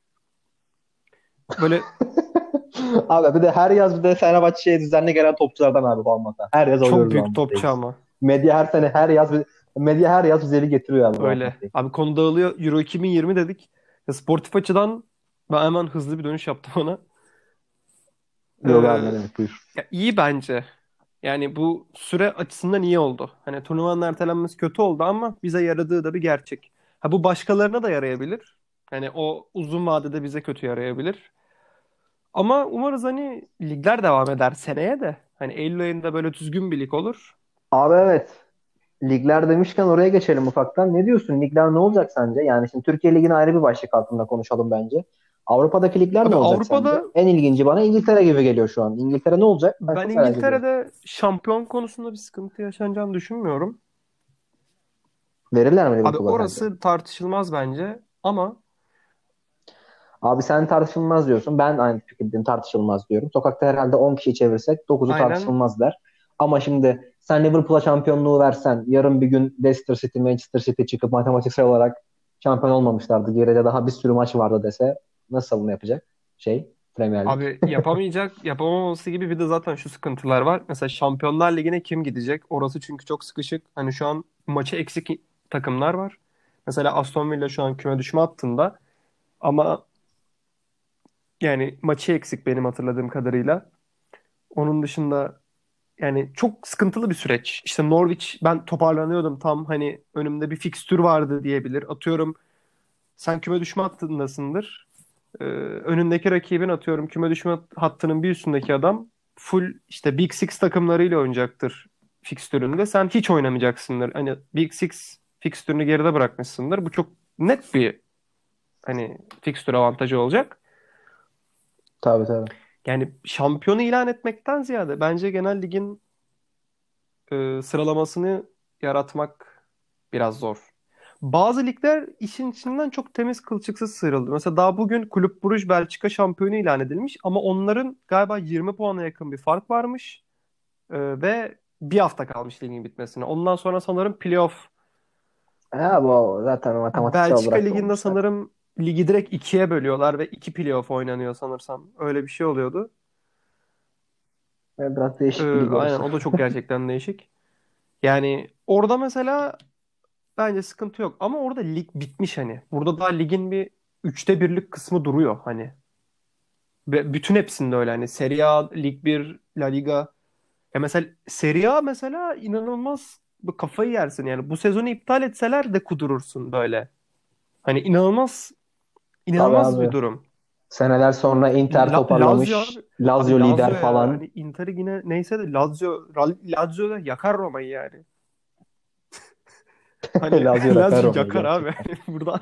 Böyle Abi bir de her yaz bir de Fenerbahçe'ye düzenli gelen topçulardan abi Juan Mata. Her yaz çok alıyoruz Juan büyük Mata'yı topçu biz. ama. Medya her sene her yaz bir- medya her yaz bizi getiriyor abi Juan Öyle. Mata'yı. Abi konu dağılıyor. Euro iki bin yirmi dedik. Ya sportif açıdan ben hemen hızlı bir dönüş yaptım ona. Yok abi Ee, ne demek buyur. ya iyi bence. Yani bu süre açısından iyi oldu. Hani turnuvanın ertelenmesi kötü oldu ama bize yaradığı da bir gerçek. Ha bu başkalarına da yarayabilir. Hani o uzun vadede bize kötü yarayabilir. Ama umarız hani ligler devam eder seneye de. Hani Eylül ayında böyle düzgün bir lig olur. Abi evet. Ligler demişken oraya geçelim ufaktan. Ne diyorsun? Ligler ne olacak sence? Yani şimdi Türkiye Ligi'ni ayrı bir başlık altında konuşalım bence. Avrupa'daki ligler ne Abi olacak sence? Avrupa'da En ilginci bana İngiltere gibi geliyor şu an. İngiltere ne olacak? Ben ben çok merak ediyorum. İngiltere'de şampiyon konusunda bir sıkıntı yaşanacağını düşünmüyorum. Verirler mi Abi Liverpool'a sence? orası tartışılmaz bence ama Abi sen tartışılmaz diyorsun. Ben aynı fikirdeyim tartışılmaz diyorum. Sokakta herhalde on kişi çevirsek dokuzu aynen tartışılmaz der. Ama şimdi sen Liverpool'a şampiyonluğu versen yarın bir gün Leicester City, Manchester City çıkıp matematiksel olarak şampiyon olmamışlardı. Geride daha bir sürü maç vardı dese nasıl savunma yapacak şey Premier Lig? abi yapamayacak, yapamaması gibi bir de zaten şu sıkıntılar var. Mesela Şampiyonlar Ligi'ne kim gidecek? Orası çünkü çok sıkışık. Hani şu an maçı eksik takımlar var. Mesela Aston Villa şu an küme düşme hattında. Ama yani maçı eksik benim hatırladığım kadarıyla. Onun dışında yani çok sıkıntılı bir süreç. İşte Norwich ben toparlanıyordum tam hani önümde bir fikstür vardı diyebilir. Atıyorum sen küme düşme hattındasındır. Ee, önündeki rakibin atıyorum küme düşme hattının bir üstündeki adam full işte Big Six takımlarıyla oynayacaktır fikstüründe. Sen hiç oynamayacaksındır. Hani Big Six fikstürünü geride bırakmışsındır. Bu çok net bir hani fikstür avantajı olacak. Tabii tabii. Yani şampiyonu ilan etmekten ziyade bence genel ligin e, sıralamasını yaratmak biraz zor. Bazı ligler işin içinden çok temiz kılçıksız sıyrıldı. Mesela daha bugün Kulüp Brugge Belçika şampiyonu ilan edilmiş ama onların galiba yirmi puana yakın bir fark varmış. E, ve bir hafta kalmış ligin bitmesine. Ondan sonra sanırım playoff. Ya bu zaten matematiksel Belçika olarak da liginde olmuş zaten. sanırım ligi direkt ikiye bölüyorlar ve iki playoff oynanıyor sanırsam. Öyle bir şey oluyordu. Ya biraz E, değişik bir lig aynen orası. o da çok gerçekten değişik. Yani orada mesela bence sıkıntı yok. Ama orada lig bitmiş hani. Burada daha ligin bir üçte birlik kısmı duruyor hani. Ve bütün hepsinde öyle hani. Serie A, Lig bir, La Liga. Ya mesela Serie A mesela inanılmaz. bu kafayı yersin yani. Bu sezonu iptal etseler de kudurursun böyle. Hani inanılmaz Tabii inanılmaz bir abi. durum. Seneler sonra Inter La- Lazio toparlamış. abi. Abi Lazio Lazio lider ya. falan. Hani Inter'i yine neyse de Lazio Ra- Lazio da yakar Roma'yı yani. Hani Lazio rakar Lazio Roma'yı yakar abi. gerçekten. Burada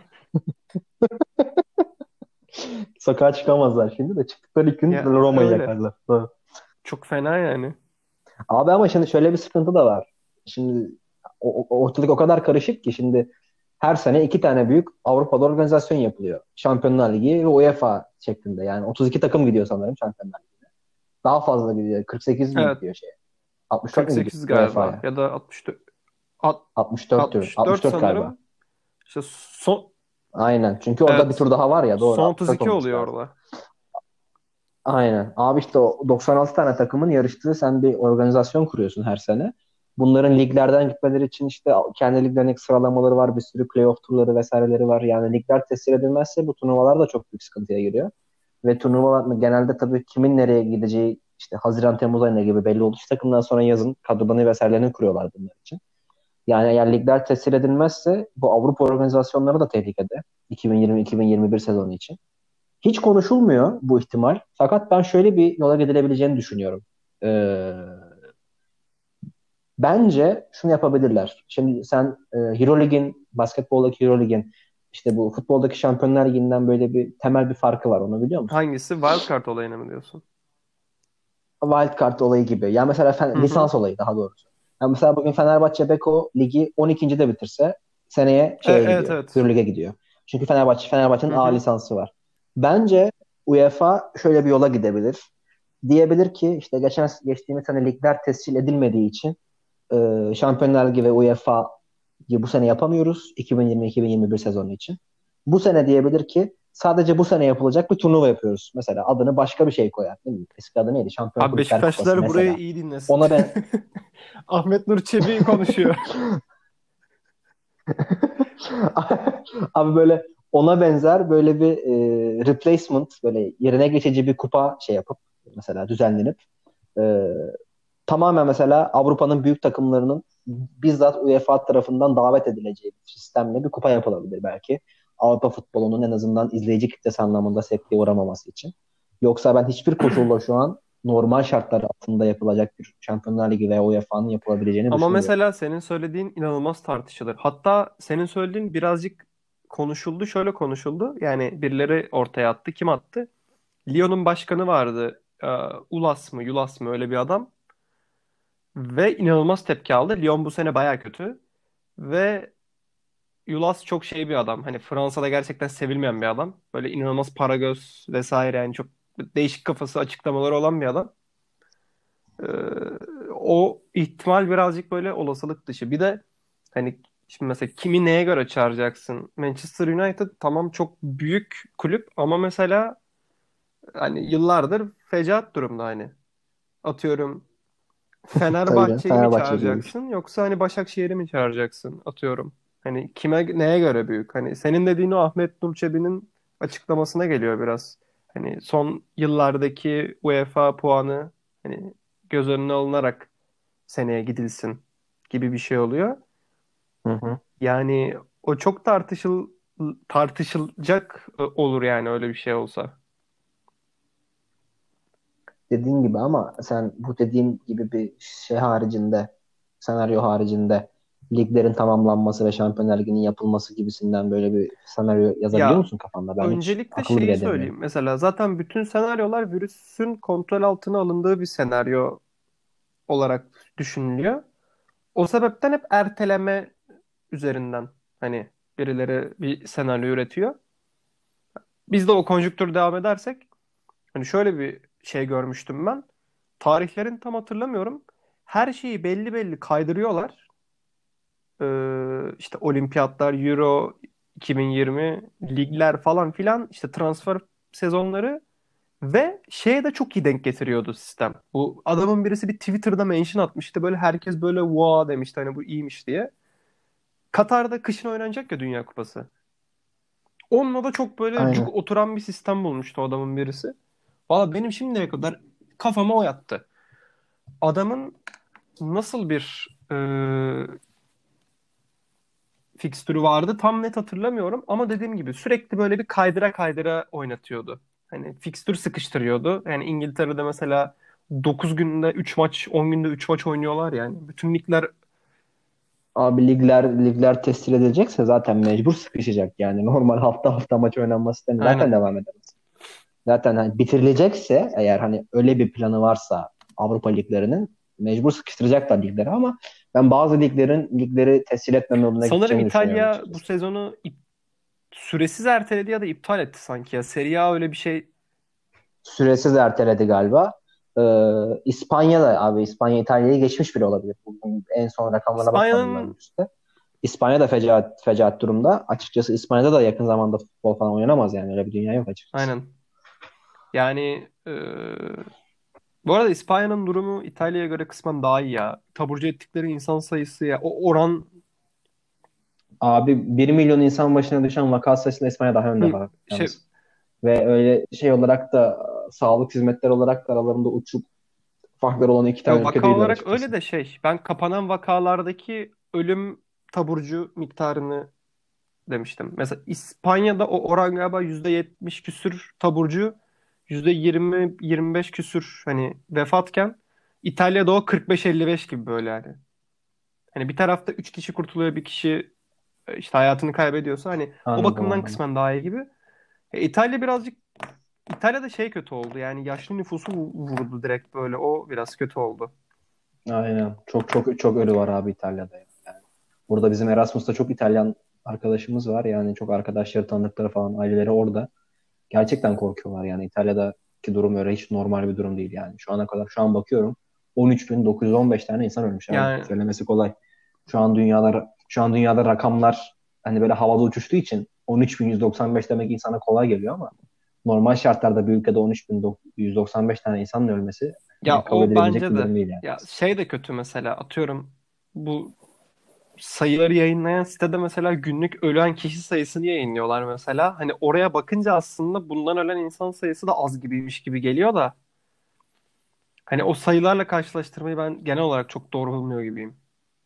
Sokağa çıkamazlar şimdi de çıktıkları ilk gün ya Roma'yı öyle. yakarlar. Doğru. Çok fena yani. Abi ama şimdi şöyle bir sıkıntı da var. Şimdi o- o- ortalık o kadar karışık ki şimdi her sene iki tane büyük Avrupa'da organizasyon yapılıyor. Şampiyonlar Ligi ve UEFA şeklinde. Yani otuz iki takım gidiyor sanırım Şampiyonlar Ligi'ne. Daha fazla gidiyor. kırk sekiz mi Evet, gidiyor şeye? altmış dört mi gidiyor kırk sekiz galiba UEFA'ya? ya da altmış dört. Alt- altmış dörttür. altmış dört altmış dört galiba. sanırım. İşte son Aynen. Çünkü orada bir evet tur daha var ya, doğru, son altmış dört otuz iki olması oluyor lazım. orada. Aynen. Abi işte o doksan altı tane takımın yarıştığı sen bir organizasyon kuruyorsun her sene. Bunların liglerden gitmeleri için işte kendi liglerindeki sıralamaları var. Bir sürü playoff turları vesaireleri var. Yani ligler tescil edilmezse bu turnuvalar da çok büyük sıkıntıya giriyor. Ve turnuvalar genelde tabii kimin nereye gideceği işte Haziran Temmuz ayında gibi belli olduğu için takımdan sonra yazın kadrolarını vesairelerini kuruyorlar bunlar için. Yani eğer ligler tescil edilmezse bu Avrupa organizasyonları da tehlikede. iki bin yirmi-iki bin yirmi bir sezonu için. Hiç konuşulmuyor bu ihtimal. Fakat ben şöyle bir yola gidilebileceğini düşünüyorum. Ee, Bence şunu yapabilirler. Şimdi sen e, Eurolig'in, basketboldaki Eurolig'in işte bu futboldaki Şampiyonlar Ligi'nden böyle bir temel bir farkı var. Onu biliyor musun? Hangisi? Wildcard olayını mı diyorsun? Wildcard olayı gibi. Ya mesela Hı fen- hı. lisans olayı daha doğrusu. Ya mesela bugün Fenerbahçe Beko Ligi on ikincide bitirse seneye E, şeye evet gidiyor. evet. Eurolig'e gidiyor. Çünkü Fenerbahçe Fenerbahçe'nin Hı A hı. lisansı var. Bence UEFA şöyle bir yola gidebilir. Diyebilir ki işte geçen geçtiğimiz sene ligler tescil edilmediği için e, Şampiyonlar Ligi ve UEFA'yı bu sene yapamıyoruz iki bin yirmi-iki bin yirmi bir sezonu için. Bu sene diyebilir ki sadece bu sene yapılacak bir turnuva yapıyoruz. Mesela adını başka bir şey koyar. Değil mi? Eski adı neydi? Şampiyon Abi Kulüpler Kupası Beşiktaşlılar burayı mesela. iyi dinlesin. Ona ben Ahmet Nur Çebi konuşuyor. abi böyle ona benzer böyle bir e, replacement, böyle yerine geçici bir kupa şey yapıp mesela düzenlenip e, tamamen mesela Avrupa'nın büyük takımlarının bizzat UEFA tarafından davet edileceği bir sistemle bir kupa yapılabilir belki. Avrupa futbolunun en azından izleyici kitlesi anlamında sekteye uğramaması için. Yoksa ben hiçbir koşulla şu an normal şartlar altında yapılacak bir Şampiyonlar Ligi veya UEFA'nın yapılabileceğini Ama düşünmüyorum. mesela senin söylediğin inanılmaz tartışılır. Hatta senin söylediğin birazcık konuşuldu, şöyle konuşuldu. Yani birileri ortaya attı. Kim attı? Lyon'un başkanı vardı. Ee, Ulas mı, Yulas mı öyle bir adam. Ve inanılmaz tepki aldı. Lyon bu sene baya kötü. Ve Yulas çok şey bir adam. Hani Fransa'da gerçekten sevilmeyen bir adam. Böyle inanılmaz para göz vesaire yani çok değişik kafası açıklamaları olan bir adam. Ee, O ihtimal birazcık böyle olasılık dışı. Bir de hani şimdi mesela kimi neye göre çağıracaksın? Manchester United tamam çok büyük kulüp ama mesela hani yıllardır fecaat durumda hani. Atıyorum Tabii canım, Fenerbahçe'yi mi Fenerbahçe büyümüş. çağıracaksın yoksa hani Başakşehir'i mi çağıracaksın atıyorum. Hani kime neye göre büyük? Hani senin dediğin o Ahmet Nur Çebi'nin açıklamasına geliyor biraz. Hani son yıllardaki UEFA puanı hani göz önüne alınarak seneye gidilsin gibi bir şey oluyor. Hı hı. Yani o çok tartışıl tartışılacak e, olur yani öyle bir şey olsa. Dediğin gibi ama sen bu dediğin gibi bir şey haricinde, senaryo haricinde liglerin tamamlanması ve Şampiyonlar Ligi'nin yapılması gibisinden böyle bir senaryo yazabiliyor Ya musun kafanda? Ben hiç öncelikle akıl bile şeyi edemiyorum. söyleyeyim. Mesela zaten bütün senaryolar virüsün kontrol altına alındığı bir senaryo olarak düşünülüyor. O sebepten hep erteleme üzerinden hani birileri bir senaryo üretiyor. Biz de o konjüktür devam edersek hani şöyle bir şey görmüştüm ben. Tarihlerini tam hatırlamıyorum. Her şeyi belli belli kaydırıyorlar. Ee, işte olimpiyatlar, Euro iki bin yirmi, ligler falan filan işte transfer sezonları ve şeye de çok iyi denk getiriyordu sistem. Bu adamın birisi bir Twitter'da mention atmıştı. Böyle herkes böyle wow demişti hani bu iyiymiş diye. Katar'da kışın oynanacak ya Dünya Kupası. Onunla da çok böyle cuk Aynen. oturan bir sistem bulmuştu o adamın birisi. Valla benim şimdiye kadar kafama o yattı. Adamın nasıl bir e, e, fikstürü vardı. Tam net hatırlamıyorum ama dediğim gibi sürekli böyle bir kaydıra kaydıra oynatıyordu. Hani fikstür sıkıştırıyordu. Yani İngiltere'de mesela dokuz günde üç maç, on günde üç maç oynuyorlar yani. Bütün ligler Abi ligler ligler tescil edilecekse zaten mecbur sıkışacak yani. Normal hafta hafta maç oynanması da zaten aynen. devam edemez. Zaten hani bitirilecekse eğer hani öyle bir planı varsa Avrupa liglerinin mecbur sıkıştıracaklar ligleri ama ben bazı liglerin ligleri tescil etmeme yoluna Sanırım gideceğini düşünüyorum İtalya bu açıkçası. sezonu ip- süresiz erteledi ya da iptal etti sanki ya. Serie A öyle bir şey. Süresiz erteledi galiba. Ee, İspanya da abi İspanya İtalya'yı geçmiş bile olabilir. Bugün en son rakamlara bakmadım ben İspanya'nın üstte. İspanya da fecaat, fecaat durumda. Açıkçası İspanya'da da yakın zamanda futbol falan oynanamaz yani. Öyle bir dünya yok açıkçası. aynen. Yani e, bu arada İspanya'nın durumu İtalya'ya göre kısmen daha iyi ya. Taburcu ettikleri insan sayısı ya. O oran Abi bir milyon insan başına düşen vaka sayısında İspanya daha önde hı, var şey yalnız. Ve öyle şey olarak da sağlık hizmetleri olarak da aralarında uçuk farklar olan iki ya tane ülke vaka değiller olarak öyle açıkçası. de şey. Ben kapanan vakalardaki ölüm taburcu miktarını demiştim. Mesela İspanya'da o oran galiba yüzde yetmiş küsür taburcu, yüzde yirmi yirmi beş küsür hani vefatken İtalya'da o kırk beş elli beş gibi böyle yani. Hani bir tarafta üç kişi kurtuluyor, bir kişi e, işte hayatını kaybediyorsa hani o Anladım bakımdan anladım. kısmen daha iyi gibi. E, İtalya birazcık İtalya'da şey kötü oldu yani yaşlı nüfusu vurdu direkt böyle o biraz kötü oldu. Aynen. Çok çok çok ölü var abi İtalya'da. Yani. Burada bizim Erasmus'ta çok İtalyan arkadaşımız var. Yani çok arkadaşları, tanıdıkları falan aileleri orada. Gerçekten korkuyorlar yani. İtalya'daki durum öyle hiç normal bir durum değil yani. Şu ana kadar şu an bakıyorum on üç bin dokuz yüz on beş tane insan ölmüş abi. Yani Söylemesi kolay. Şu an dünyada şu an dünyada rakamlar hani böyle havada uçuştuğu için on üç bin yüz doksan beş demek insana kolay geliyor ama normal şartlarda bir ülkede on üç bin yüz doksan beş tane insanın ölmesi ya kabul o edilebilecek bence bir de durum değil yani. ya şey de kötü mesela atıyorum bu sayıları yayınlayan sitede mesela günlük ölen kişi sayısını yayınlıyorlar mesela. Hani oraya bakınca aslında bundan ölen insan sayısı da az gibiymiş gibi geliyor da hani o sayılarla karşılaştırmayı ben genel olarak çok doğru bulmuyor gibiyim.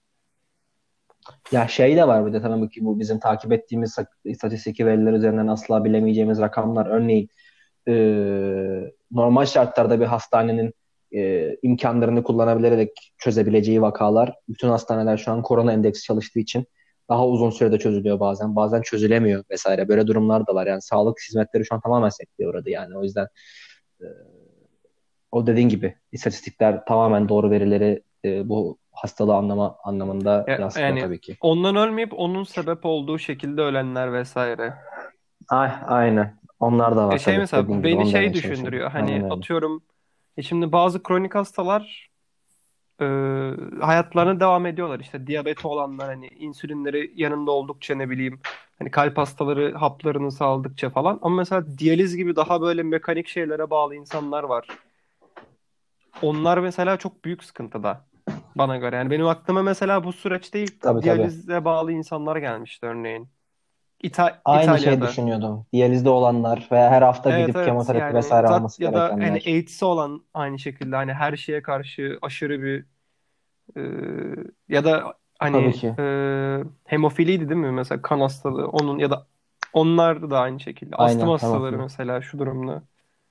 Ya şey de var bir de tabii ki bu bizim takip ettiğimiz istatistik veriler üzerinden asla bilemeyeceğimiz rakamlar. Örneğin e, normal şartlarda bir hastanenin e, imkanlarını kullanabilerek çözebileceği vakalar, bütün hastaneler şu an korona endeksi çalıştığı için daha uzun sürede çözülüyor bazen. Bazen çözülemiyor vesaire. Böyle durumlar da var. Yani sağlık hizmetleri şu an tamamen sekteye uğradı yani. O yüzden e, o dediğin gibi istatistikler tamamen doğru verileri e, bu hastalığı anlama anlamında Ya, yansıtmıyor yani tabii ki. ondan ölmeyip onun sebep olduğu şekilde ölenler vesaire. Ay, aynen. Onlar da Ya var şey tabii. mesela Dediğin bu gibi beni onu şey demeye çalışıyorum. düşündürüyor. Aynen Hani öyle. atıyorum e şimdi bazı kronik hastalar e, hayatlarına devam ediyorlar. İşte diyabeti olanlar hani insülinleri yanında oldukça ne bileyim hani kalp hastaları haplarını sağladıkça falan. Ama mesela diyaliz gibi daha böyle mekanik şeylere bağlı insanlar var. Onlar mesela çok büyük sıkıntıda bana göre. Yani benim aklıma mesela bu süreçte ilk Tabii tabii. diyalize bağlı insanlar gelmişti örneğin. İta- Aynı şey İtalya'da. düşünüyordum. Diyalizde olanlar veya her hafta Evet gidip evet kemoterapi yani vesaire zat alması ya da hani gerekenler. AIDS'i olan aynı şekilde hani her şeye karşı aşırı bir e, ya da Tabii hani ki. e, hemofiliydi değil mi mesela kan hastalığı onun ya da onlar da aynı şekilde astım Aynen hastaları hemofili. mesela şu durumda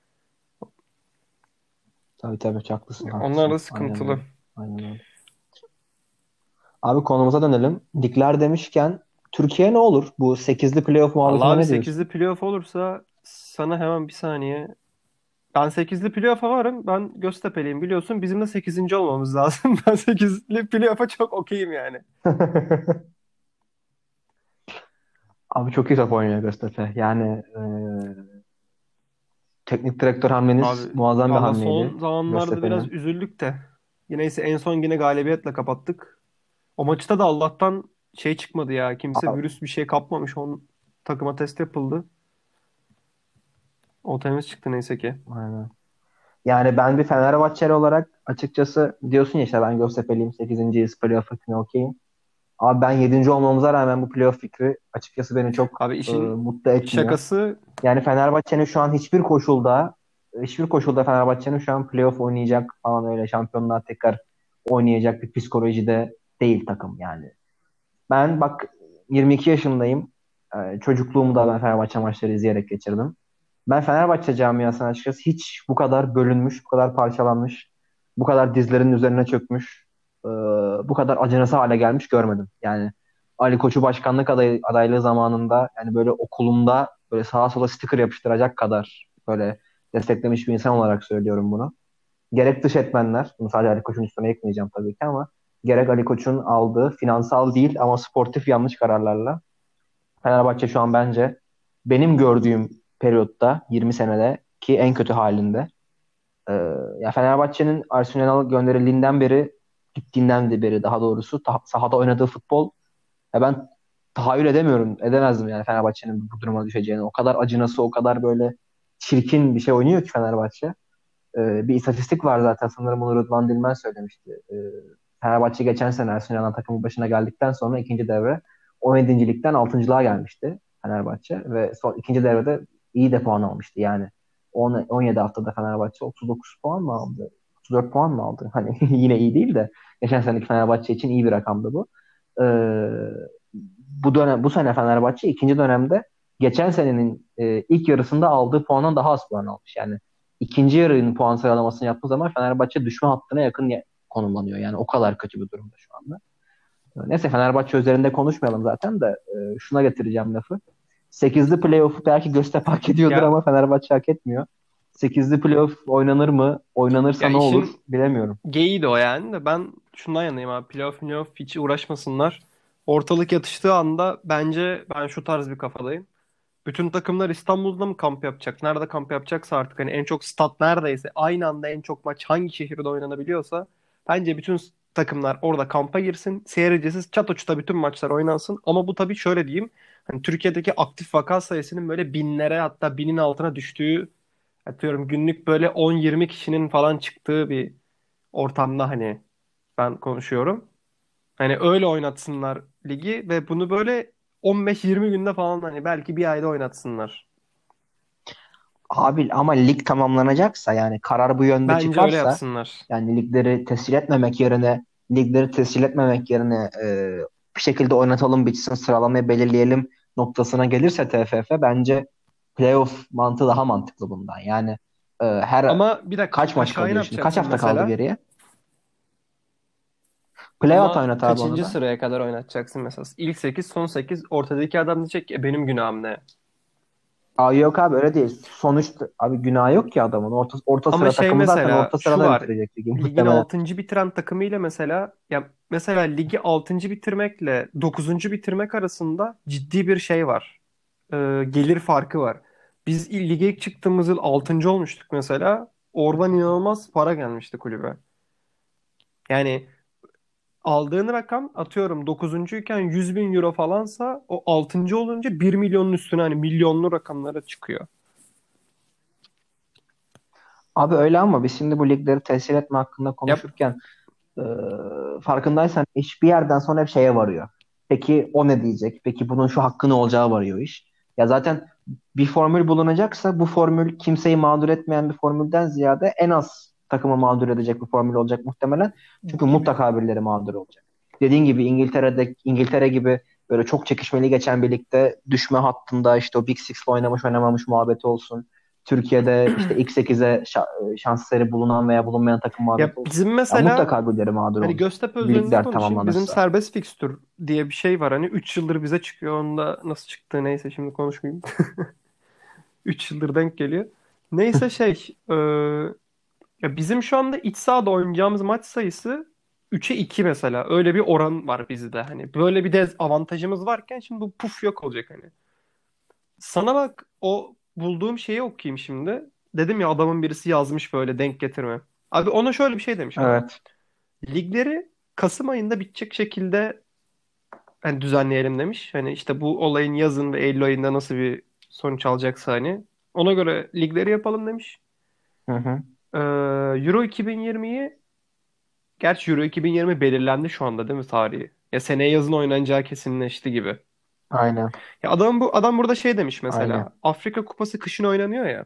Tabii tabii haklısın onlar da haklısın. Aynen sıkıntılı. öyle. Aynen öyle. Abi konumuza dönelim. Ligler demişken Türkiye ne olur? Bu sekizli playoff Allah muhabbetine abi ne diyorsun? sekizli playoff olursa sana hemen bir saniye. Ben sekizli playoff'a varım. Ben Göztepe'liyim biliyorsun. Bizim de sekizinci olmamız lazım. Ben sekizli playoff'a çok okeyim yani. Abi çok iyi top oynuyor Göztepe. Yani e, teknik direktör hamleniz Abi muazzam bir valla hamleydi son zamanlarda biraz Göztepe'nin. üzüldük de. Yine neyse en son yine galibiyetle kapattık. O maçta da Allah'tan şey çıkmadı ya. Kimse virüs bir şey kapmamış. Onun takıma test yapıldı. O temiz çıktı neyse ki. Aynen. Yani ben bir Fenerbahçeli olarak açıkçası diyorsun ya işte ben Göztepe'liyim sekizinciyiz playoff fikrine okeyim. Abi ben yedinci olmamıza rağmen bu playoff fikri açıkçası beni çok Abi e, işin mutlu etmiyor. şakası Yani Fenerbahçe'nin şu an hiçbir koşulda hiçbir koşulda Fenerbahçe'nin şu an playoff oynayacak falan öyle şampiyonluğa tekrar oynayacak bir psikolojide. değil takım yani. Ben bak yirmi iki yaşındayım. Ee, çocukluğumu da ben Fenerbahçe maçları izleyerek geçirdim. Ben Fenerbahçe camiasına açıkçası hiç bu kadar bölünmüş, bu kadar parçalanmış, bu kadar dizlerinin üzerine çökmüş, e, bu kadar acınası hale gelmiş görmedim. Yani Ali Koç'u başkanlık aday, adaylığı zamanında yani böyle okulumda böyle sağa sola sticker yapıştıracak kadar böyle desteklemiş bir insan olarak söylüyorum bunu. Gerek dış etmenler, bunu sadece Ali Koç'un üstüne yıkmayacağım tabii ki ama gerek Ali Koç'un aldığı finansal değil ama sportif yanlış kararlarla Fenerbahçe şu an bence benim gördüğüm periyotta yirmi senede ki en kötü halinde. Ee, ya Fenerbahçe'nin Arsenal'a gönderildiğinden beri gittiğinden de beri daha doğrusu ta- sahada oynadığı futbol ya ben tahayyül edemiyorum. Edemezdim yani Fenerbahçe'nin bu duruma düşeceğini. O kadar acınası, o kadar böyle çirkin bir şey oynuyor ki Fenerbahçe. Ee, bir istatistik var zaten sanırım bunu Rıdvan Dilmen söylemişti. Ee, Fenerbahçe geçen sene Ersun Yanal takımın başına geldikten sonra ikinci devre on yedinci ligden altıncılığa gelmişti Fenerbahçe ve son ikinci devrede iyi de puan almıştı. Yani on, on yedi haftada Fenerbahçe otuz dokuz puan mı aldı? otuz dört puan mı aldı? Hani yine iyi değil de geçen seneki Fenerbahçe için iyi bir rakamdı bu. Ee, bu dönem bu sene Fenerbahçe ikinci dönemde geçen senenin e, ilk yarısında aldığı puandan daha az puan almış. Yani ikinci yarının puan sıralamasını yaptığı zaman Fenerbahçe düşme hattına yakın ye- konumlanıyor. Yani o kadar kötü bir durumda şu anda. Neyse Fenerbahçe üzerinde konuşmayalım zaten de e, şuna getireceğim lafı. Sekizli playoff'u belki Göztepe hak ediyordur Ya ama Fenerbahçe hak etmiyor. Sekizli playoff oynanır mı? Oynanırsa ya ne olur? işin Bilemiyorum. geyiği de o yani de ben şundan yanayım abi. Playoff playoff hiç uğraşmasınlar. Ortalık yatıştığı anda bence ben şu tarz bir kafadayım. Bütün takımlar İstanbul'da mı kamp yapacak? Nerede kamp yapacaksa artık hani en çok stat neredeyse aynı anda en çok maç hangi şehirde oynanabiliyorsa bence bütün s- takımlar orada kampa girsin. Seyircisiz çatoçta bütün maçlar oynansın. Ama bu tabii şöyle diyeyim. Hani Türkiye'deki aktif vaka sayısının böyle binlere hatta binin altına düştüğü atıyorum günlük böyle on yirmi kişinin falan çıktığı bir ortamda hani ben konuşuyorum. Hani öyle oynatsınlar ligi ve bunu böyle on beş yirmi günde falan hani belki bir ayda oynatsınlar. Abi ama lig tamamlanacaksa yani karar bu yönde Bence öyle çıkarsa yapsınlar. yani ligleri tescil etmemek yerine ligleri tescil etmemek yerine e, bir şekilde oynatalım bitsin sıralamayı belirleyelim noktasına gelirse T F F bence playoff mantığı daha mantıklı bundan. Yani e, her Ama bir dakika kaç maç aşağıya ne kalıyor şimdi? Kaç yapacaksın hafta kaldı mesela? geriye? Playoff Ama oynat abi onu kaçıncı da. sıraya kadar oynatacaksın mesela? İlk sekiz, son sekiz. Ortadaki adam diyecek ki "E, benim günahım ne?" Aa, yok abi öyle değil. Sonuçta abi günah yok ki adamın. Orta, orta Ama sıra şey takımı zaten mesela orta şu sırada var. bitirecek ligi Ligin muhtemelen. altıncı bitiren takımıyla mesela ya mesela ligi altıncı bitirmekle dokuzuncu bitirmek arasında ciddi bir şey var. Ee, gelir farkı var. Biz il- lige ilk çıktığımız yıl altıncı olmuştuk mesela. Oradan inanılmaz para gelmişti kulübe. Yani aldığın rakam atıyorum dokuzuncuyken yüz bin euro falansa o altıncı olunca bir milyonun üstüne hani milyonlu rakamlara çıkıyor. Abi öyle ama biz şimdi bu ligleri tescil etme hakkında Ya konuşurken e, farkındaysan iş bir yerden sonra hep şeye varıyor. Peki o ne diyecek? Peki bunun şu hakkı ne olacağı varıyor iş. Ya zaten bir formül bulunacaksa bu formül kimseyi mağdur etmeyen bir formülden ziyade en az takımı mağdur edecek bir formül olacak muhtemelen. Çünkü gibi. mutlaka birileri mağdur olacak. Dediğin gibi İngiltere'de İngiltere gibi böyle çok çekişmeli geçen bir ligde düşme hattında işte o Big Six'le oynamış oynamamış muhabbeti olsun. Türkiye'de işte ilk sekize şa- şans eseri bulunan veya bulunmayan takım Ya muhabbeti olsun. bizim Ya mesela mutlaka birileri mağdur hani olacak. Göztepe özelinde Ligler konuşayım. Bizim tamamlanırsa. serbest fikstür diye bir şey var. Hani üç yıldır bize çıkıyor. Onda nasıl çıktığı neyse şimdi konuşmayayım. Üç yıldır denk geliyor. Neyse şey e, ya bizim şu anda iç sahada oynayacağımız maç sayısı üçe iki mesela. Öyle bir oran var bizde. Hani böyle bir dezavantajımız varken şimdi bu puf yok olacak hani. Sana bak o bulduğum şeyi okuyayım şimdi. Dedim ya adamın birisi yazmış böyle denk getirme. Abi ona şöyle bir şey demiş adam. Evet. Ligleri Kasım ayında bitecek şekilde hani düzenleyelim demiş. Hani işte bu olayın yazın ve Eylül ayında nasıl bir sonuç alacaksa hani ona göre ligleri yapalım demiş. Hı hı. Ee, Euro iki bin yirmiyi gerçi Euro iki bin yirmi belirlendi şu anda değil mi tarihi? Ya seneye yazın oynanacağı kesinleşti gibi. Aynen. Ya adam bu adam burada şey demiş Aynen. mesela. Afrika Kupası kışın oynanıyor ya.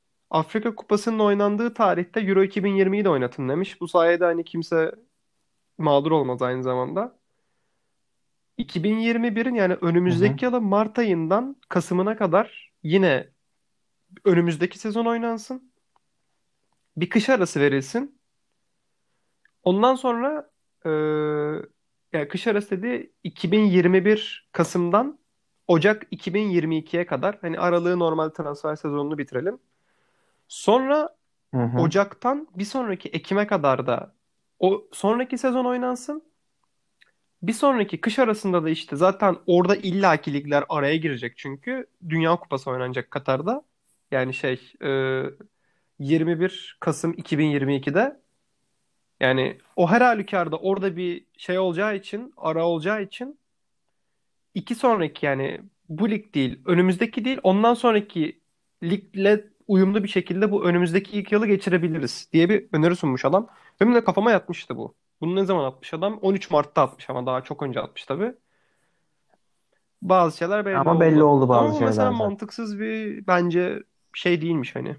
Afrika Kupası'nın oynandığı tarihte Euro iki bin yirmiyi de oynatın demiş. Bu sayede hani kimse mağdur olmaz aynı zamanda. iki bin yirmi birin yani Hı hı. önümüzdeki yılın Mart ayından Kasım'ına kadar yine önümüzdeki sezon oynansın. Bir kış arası verilsin. Ondan sonra e, yani kış arası dediği iki bin yirmi bir Kasım'dan Ocak iki bin yirmi ikiye kadar hani aralığı normal transfer sezonunu bitirelim. Sonra Hı hı. Ocak'tan bir sonraki Ekim'e kadar da o sonraki sezon oynansın. Bir sonraki kış arasında da işte zaten orada illaki ligler araya girecek çünkü Dünya Kupası oynanacak Katar'da. Yani şey e, yirmi bir Kasım iki bin yirmi ikide yani o her halükarda orada bir şey olacağı için ara olacağı için iki sonraki yani bu lig değil önümüzdeki değil ondan sonraki ligle uyumlu bir şekilde bu önümüzdeki ilk yılı geçirebiliriz diye bir öneri sunmuş adam. Benim de kafama yatmıştı bu. Bunu ne zaman atmış adam? on üç Mart'ta atmış ama daha çok önce atmış tabii. Bazı şeyler belli Ama belli oldu. oldu Ama bazı bu mesela şeyler zaten. mantıksız bir bence şey değilmiş hani.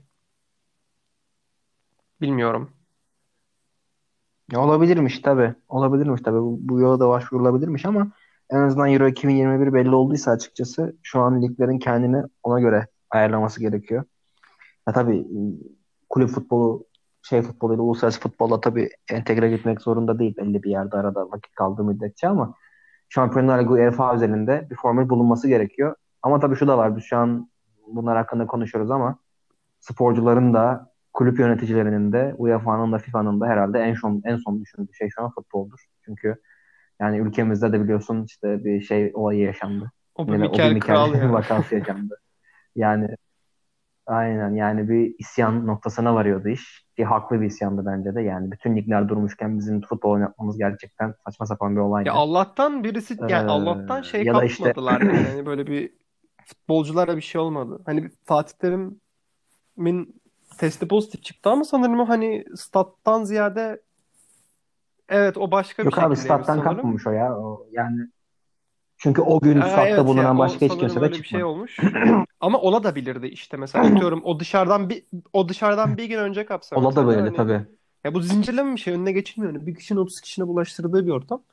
Bilmiyorum. Ya olabilirmiş tabii. Olabilirmiş tabii. Bu, bu yola da başvurulabilirmiş ama en azından Euro iki bin yirmi bir belli olduysa açıkçası şu an liglerin kendini ona göre ayarlaması gerekiyor. Ya tabii kulüp futbolu şey futboluyla uluslararası futbolla tabii entegre gitmek zorunda değil belli bir yerde arada vakit kaldığı müddetçe ama Şampiyonlar Ligi UEFA özelinde bir formül bulunması gerekiyor. Ama tabii şu da var. Biz şu an bunlar hakkında konuşuyoruz ama sporcuların da kulüp yöneticilerinin de U E F A'nın da FIFA'nın da herhalde en son en son düşündüğü şey şu an futboldur. Çünkü yani ülkemizde de biliyorsun işte bir şey olayı yaşandı. O bir Yine de o bir Mikel Mikel Kral ya. vakası yaşandı. Yani aynen yani bir isyan noktasına varıyordu iş. Ki haklı bir isyandı bence de. Yani bütün ligler durmuşken bizim futbol oynatmamız gerçekten saçma sapan bir Ya olaydı. Allah'tan birisi Ee, yani Allah'tan şey ya da işte kapmadılar yani. Hani böyle bir futbolculara bir şey olmadı. Hani bir Fatih Terim'in testi pozitif çıktı ama sanırım o hani stat'tan ziyade evet o başka bir yok abi şekildeymiş stat'tan sanırım. kapmamış o ya. O, yani çünkü o gün Aa, statta evet ya bulunan o başka hiç sanırım kimse de öyle bir şey çıkmadı. olmuş. Ama ola da bilirdi işte mesela atıyorum o dışarıdan bir o dışarıdan bir gün önce kapsa Ola da mesela böyle hani tabii. ya bu zincirleme bir şey önüne geçilmiyor. Yani bir kişinin otuz kişine bulaştırdığı bir ortam.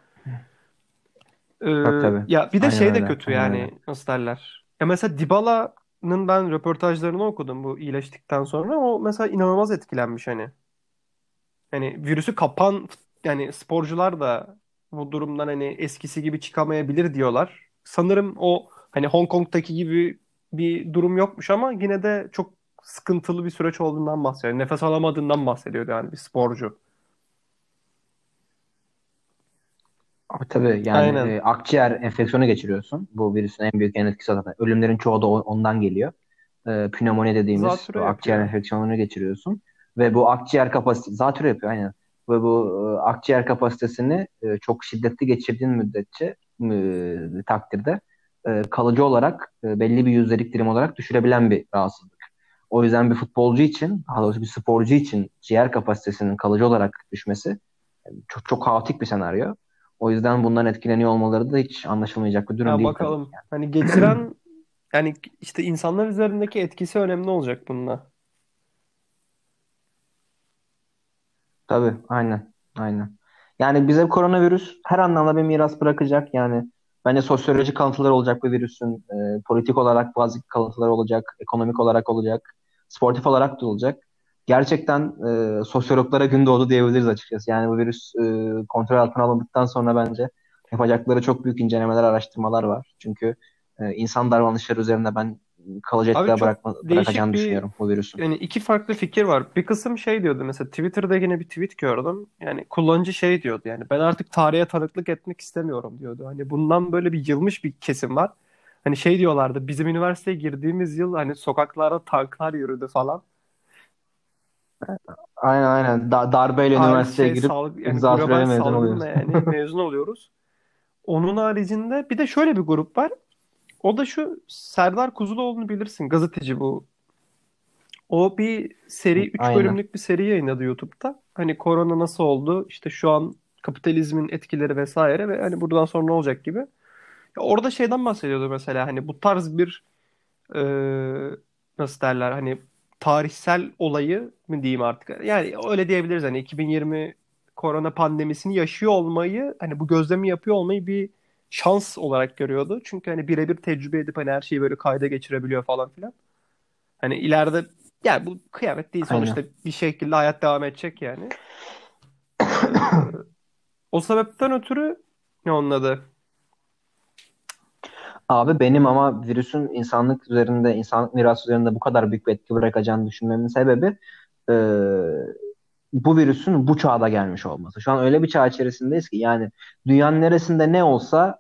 Ee, Tabii tabii. ya bir de Aynen şey de öyle. kötü Aynen öyle. yani nasıl derler. Ya mesela Dybala'nın ben röportajlarını okudum bu iyileştikten sonra. O mesela inanılmaz etkilenmiş hani. Hani virüsü kapan yani sporcular da bu durumdan hani eskisi gibi çıkamayabilir diyorlar. Sanırım o hani Hong Kong'taki gibi bir durum yokmuş ama yine de çok sıkıntılı bir süreç olduğundan bahsediyor. Nefes alamadığından bahsediyordu yani bir sporcu. Abi tabii yani Aynen. e, akciğer enfeksiyonu geçiriyorsun. Bu virüsün en büyük yan etkisi zaten. Ölümlerin çoğu da o- ondan geliyor. E, pnömoni dediğimiz Zatürre bu akciğer yapıyor. enfeksiyonunu geçiriyorsun. Ve bu akciğer kapasitesi, zatürre yapıyor aynen. Ve bu e, akciğer kapasitesini e, çok şiddetli geçirdiğin müddetçe e, takdirde e, kalıcı olarak e, belli bir yüzdelik dilim olarak düşürebilen bir rahatsızlık. O yüzden bir futbolcu için, daha doğrusu bir sporcu için ciğer kapasitesinin kalıcı olarak düşmesi e, çok çok kaotik bir senaryo. O yüzden bundan etkileniyor olmaları da hiç anlaşılmayacak bir durum Ya değil tabii ki. bakalım. Hani geçiren yani işte insanlar üzerindeki etkisi önemli olacak bununla. Tabii, aynen, aynen. Yani bize koronavirüs her anlamda bir miras bırakacak. Yani bence sosyolojik kalıntıları olacak bu virüsün. E, politik olarak bazı kalıntıları olacak, ekonomik olarak olacak, sportif olarak da olacak. Gerçekten e, sosyologlara gün doğdu diyebiliriz açıkçası. Yani bu virüs e, kontrol altına alındıktan sonra bence yapacakları çok büyük incelemeler, araştırmalar var. Çünkü e, insan davranışları üzerine ben kalıcı Abi etkiler çok bırakma, değişik bırakacağını bir düşünüyorum bu virüsün. yani iki farklı fikir var. Bir kısım şey diyordu mesela Twitter'da yine bir tweet gördüm. Yani kullanıcı şey diyordu yani ben artık tarihe tanıklık etmek istemiyorum diyordu. Hani bundan böyle bir yılmış bir kesim var. Hani şey diyorlardı bizim üniversiteye girdiğimiz yıl hani sokaklarda tanklar yürüdü falan. Aynen aynen. Da darbeyle Ay üniversiteye şey girip salgın yani global zatürreyle mezun salgınla oluyoruz. yani mezun oluyoruz. Onun haricinde bir de şöyle bir grup var. O da şu Serdar Kuzuloğlu'nu bilirsin gazeteci bu. O bir seri, üç Aynen. bölümlük bir seri yayınladı YouTube'da. Hani korona nasıl oldu? İşte şu an kapitalizmin etkileri vesaire ve hani buradan sonra ne olacak gibi. Ya orada şeyden bahsediyordu mesela hani bu tarz bir e, nasıl derler hani tarihsel olayı mı diyeyim artık. Yani öyle diyebiliriz hani iki bin yirmi korona pandemisini yaşıyor olmayı, hani bu gözlemi yapıyor olmayı bir şans olarak görüyordu. Çünkü hani birebir tecrübe edip hani her şeyi böyle kayda geçirebiliyor falan filan. Hani ileride, yani bu kıyamet değil Aynen. sonuçta, bir şekilde hayat devam edecek yani. Ee, O sebepten ötürü ne onun adı? Abi benim ama virüsün insanlık üzerinde, insanlık mirası üzerinde bu kadar büyük bir etki bırakacağını düşünmemin sebebi e, bu virüsün bu çağda gelmiş olması. Şu an öyle bir çağ içerisindeyiz ki yani dünyanın neresinde ne olsa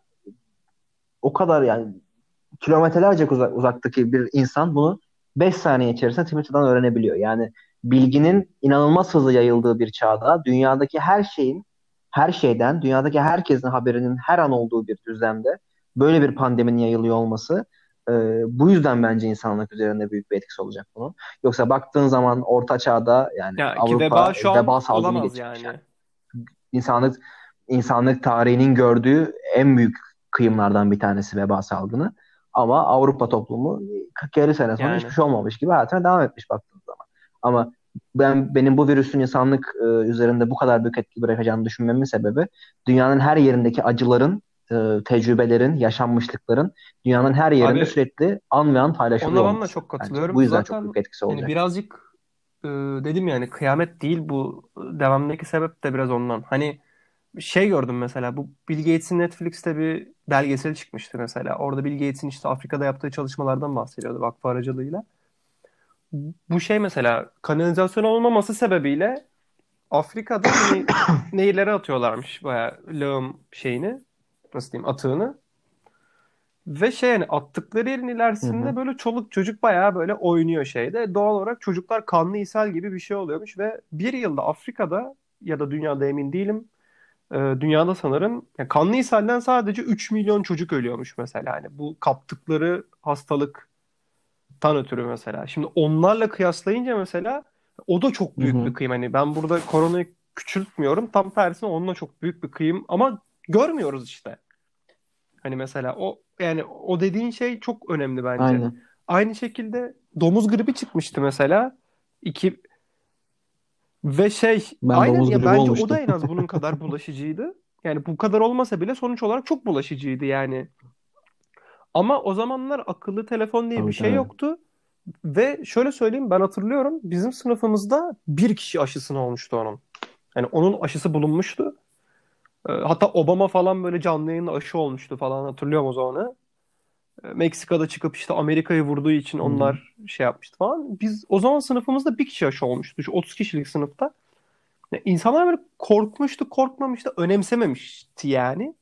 o kadar yani kilometrelerce uzak, uzaktaki bir insan bunu beş saniye içerisinde Twitter'dan öğrenebiliyor. Yani bilginin inanılmaz hızlı yayıldığı bir çağda dünyadaki her şeyin her şeyden dünyadaki herkesin haberinin her an olduğu bir düzlemde böyle bir pandeminin yayılıyor olması e, bu yüzden bence insanlık üzerinde büyük bir etkisi olacak bunun. Yoksa baktığın zaman Orta Çağ'da yani Ya ki veba Avrupa şu an veba salgını olamaz geçirmiş yani. yani. İnsanlık insanlık tarihinin gördüğü en büyük kıyımlardan bir tanesi veba salgını. Ama Avrupa toplumu kırk elli sene sonra Yani. hiçbir şey olmamış gibi hayatına devam etmiş baktığınız zaman. Ama ben benim bu virüsün insanlık e, üzerinde bu kadar büyük etki bırakacağını düşünmemin sebebi dünyanın her yerindeki acıların, e, tecrübelerin, yaşanmışlıkların dünyanın her yerinde Abi sürekli an ve an ona paylaşılıyor ben de olması çok bence. katılıyorum. Bu yüzden çok Zaten büyük etkisi hani olacak. birazcık e, dedim yani kıyamet değil bu, devamdaki sebep de biraz ondan. Hani şey gördüm mesela, bu Bill Gates'in Netflix'te bir belgesel çıkmıştı mesela. Orada Bill Gates'in işte Afrika'da yaptığı çalışmalardan bahsediyordu vakfı aracılığıyla. Bu şey mesela kanalizasyon olmaması sebebiyle Afrika'da hani nehirlere atıyorlarmış bayağı lağım şeyini, nasıl diyeyim, atığını. Ve şey, yani attıkları yerin Hı hı. ilerisinde böyle çoluk çocuk bayağı böyle oynuyor şeyde. Doğal olarak çocuklar kanlı ishal gibi bir şey oluyormuş ve bir yılda Afrika'da ya da dünyada emin değilim. e, dünyada sanırım yani kanlı ishalden sadece üç milyon çocuk ölüyormuş mesela. Yani bu kaptıkları hastalıktan ötürü mesela. Şimdi onlarla kıyaslayınca mesela o da çok Hı büyük bir hı. kıyım. Hani ben burada koronayı küçültmüyorum. Tam tersine onunla çok büyük bir kıyım ama görmüyoruz işte. Hani mesela o, yani o dediğin şey çok önemli bence. Aynen. Aynı şekilde domuz gribi çıkmıştı mesela. İki ve şey, Ben aynen domuz ya, gribi bence o da olmuştum. en az bunun kadar bulaşıcıydı. Yani bu kadar olmasa bile sonuç olarak çok bulaşıcıydı yani. Ama o zamanlar akıllı telefon diye bir Tabii şey tabii. yoktu. Ve şöyle söyleyeyim, ben hatırlıyorum bizim sınıfımızda bir kişi aşısını olmuştu onun. Yani onun aşısı bulunmuştu. Ee, Hatta Obama falan böyle canlı yayında aşı olmuştu falan, hatırlıyorum o zamanı. Meksika'da çıkıp işte Amerika'yı vurduğu için Hı hı. onlar şey yapmıştı falan. Biz o zaman sınıfımızda bir kişi aşı olmuştu. Şu otuz kişilik sınıfta. Ya İnsanlar böyle korkmuştu, korkmamıştı, önemsememişti yani.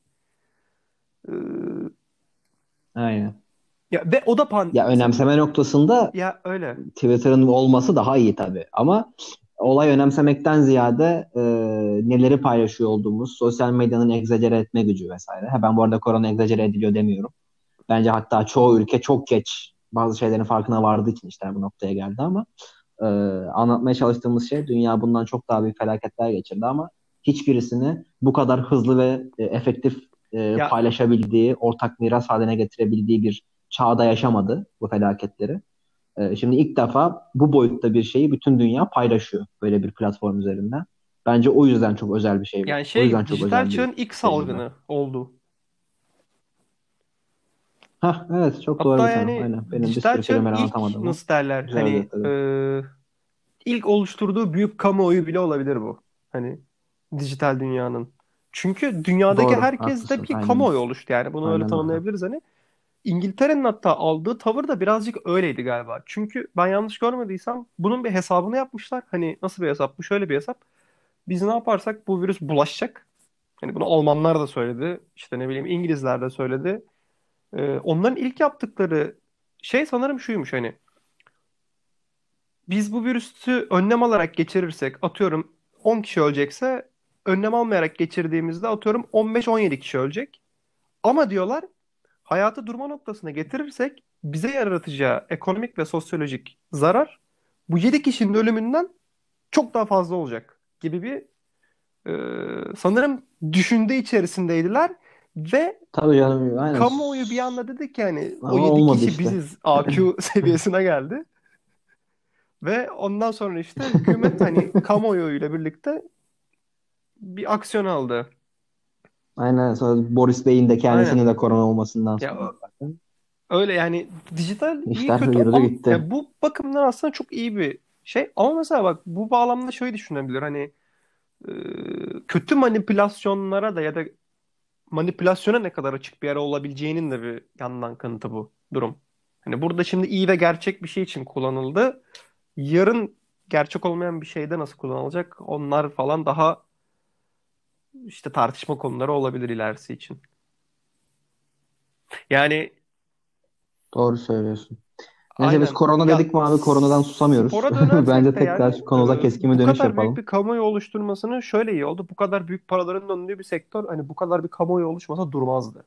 Ee, Aynen. Ya ve o da pan Ya önemseme noktasında ya öyle. Twitter'ın olması daha iyi tabii. Ama olay önemsemekten ziyade e, neleri paylaşıyor olduğumuz, sosyal medyanın egzajere etme gücü vesaire. Ha, ben bu arada korona egzajere ediliyor demiyorum. Bence hatta çoğu ülke çok geç bazı şeylerin farkına vardığı için işte bu noktaya geldi ama e, anlatmaya çalıştığımız şey dünya bundan çok daha büyük felaketler geçirdi ama hiçbirisini bu kadar hızlı ve e, efektif e, Ya paylaşabildiği, ortak miras haline getirebildiği bir çağda yaşamadı bu felaketleri. Ee, şimdi ilk defa bu boyutta bir şeyi bütün dünya paylaşıyor böyle bir platform üzerinden. Bence o yüzden çok özel bir şey bu. yani O yüzden şey, çok dijital özel bir çağın ilk tecrübe. salgını oldu. Hah, evet, çok doğru Hatta bir tanım. yani Aynen. Benim bir dijital sürü çağın kelimeyle ilk, anlatamadım ama nasıl derler, güzel hani özetledim. e, ilk oluşturduğu büyük kamuoyu bile olabilir bu. Hani dijital dünyanın. Çünkü dünyadaki Doğru, herkes de haklısın. bir Aynen. kamuoyu oluştu yani. Bunu öyle Aynen öyle. tanımlayabiliriz hani. İngiltere'nin hatta aldığı tavır da birazcık öyleydi galiba. Çünkü ben yanlış görmediysem bunun bir hesabını yapmışlar. Hani nasıl bir hesap bu? Şöyle bir hesap. Biz ne yaparsak bu virüs bulaşacak. Hani bunu Almanlar da söyledi. İşte ne bileyim İngilizler de söyledi. Ee, onların ilk yaptıkları şey sanırım şuymuş hani. Biz bu virüsü önlem alarak geçirirsek, atıyorum on kişi ölecekse, önlem almayarak geçirdiğimizde atıyorum on beş on yedi kişi ölecek. Ama diyorlar, hayatı durma noktasına getirirsek bize yaratacağı ekonomik ve sosyolojik zarar bu yedi kişinin ölümünden çok daha fazla olacak gibi bir e, sanırım düşünce içerisindeydiler ve Tabii canım, aynen. kamuoyu bir anda dedi ki hani o Ama yedi olmadı kişi işte. biziz, A Q seviyesine geldi. Ve ondan sonra işte hükümet hani kamuoyuyla birlikte bir aksiyon aldı. Aynen. Sonra Boris Bey'in de Aynen. kendisinin de korona olmasından Ya sonra zaten öyle yani dijital iyi işler kötü yürüdü ama gitti. ya bu bakımdan aslında çok iyi bir şey. Ama mesela bak bu bağlamda şöyle düşünebilir. Hani e, kötü manipülasyonlara da ya da manipülasyona ne kadar açık bir yer olabileceğinin de bir yandan kanıtı bu durum. Hani burada şimdi iyi ve gerçek bir şey için kullanıldı. Yarın gerçek olmayan bir şeyde nasıl kullanılacak? Onlar falan daha işte tartışma konuları olabilir ilerisi için. Yani Doğru söylüyorsun. Neyse biz aynen korona ya dedik mi abi, koronadan s- susamıyoruz. spora dönersek Bence de yani tekrar e, konumuza keskin bir bu dönüş kadar büyük yapalım. bir kamuoyu oluşturmasının şöyle iyi oldu. Bu kadar büyük paraların döndüğü bir sektör hani bu kadar bir kamuoyu oluşmasa durmazdı.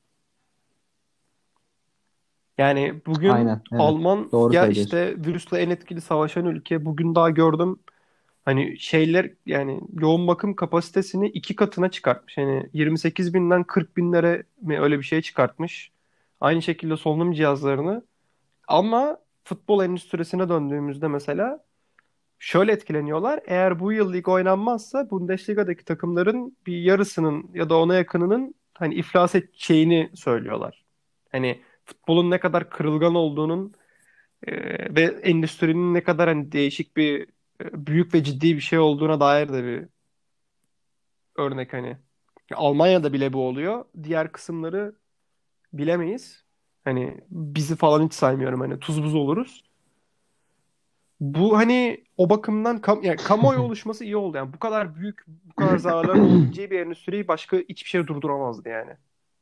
Yani bugün Aynen, evet. Alman Doğru ya söylüyorsun. işte virüsle en etkili savaşan ülke bugün daha gördüm. Hani şeyler yani yoğun bakım kapasitesini iki katına çıkartmış. Yani yirmi sekiz binden kırk binlere mi öyle bir şey çıkartmış. Aynı şekilde solunum cihazlarını. Ama futbol endüstrisine döndüğümüzde mesela şöyle etkileniyorlar. Eğer bu yıl lig oynanmazsa Bundesliga'daki takımların bir yarısının ya da ona yakınının hani iflas edeceğini söylüyorlar. Hani futbolun ne kadar kırılgan olduğunun e, ve endüstrinin ne kadar hani değişik bir e, büyük ve ciddi bir şey olduğuna dair de bir örnek hani. Almanya'da bile bu oluyor. Diğer kısımları bilemeyiz. Hani bizi falan hiç saymıyorum hani tuz buz oluruz. Bu hani o bakımdan kam yani kamuoyu oluşması iyi oldu. Yani bu kadar büyük, bu kadar zararların olabileceği bir endüstriyi başka hiçbir şey durduramazdı yani.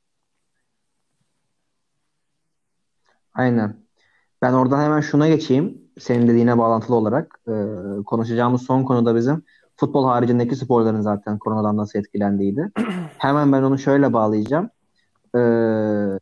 Aynen. Ben oradan hemen şuna geçeyim. Senin dediğine bağlantılı olarak. Ee, konuşacağımız son konu da bizim futbol haricindeki sporların zaten koronadan nasıl etkilendiğiydi. Hemen ben onu şöyle bağlayacağım. Ee,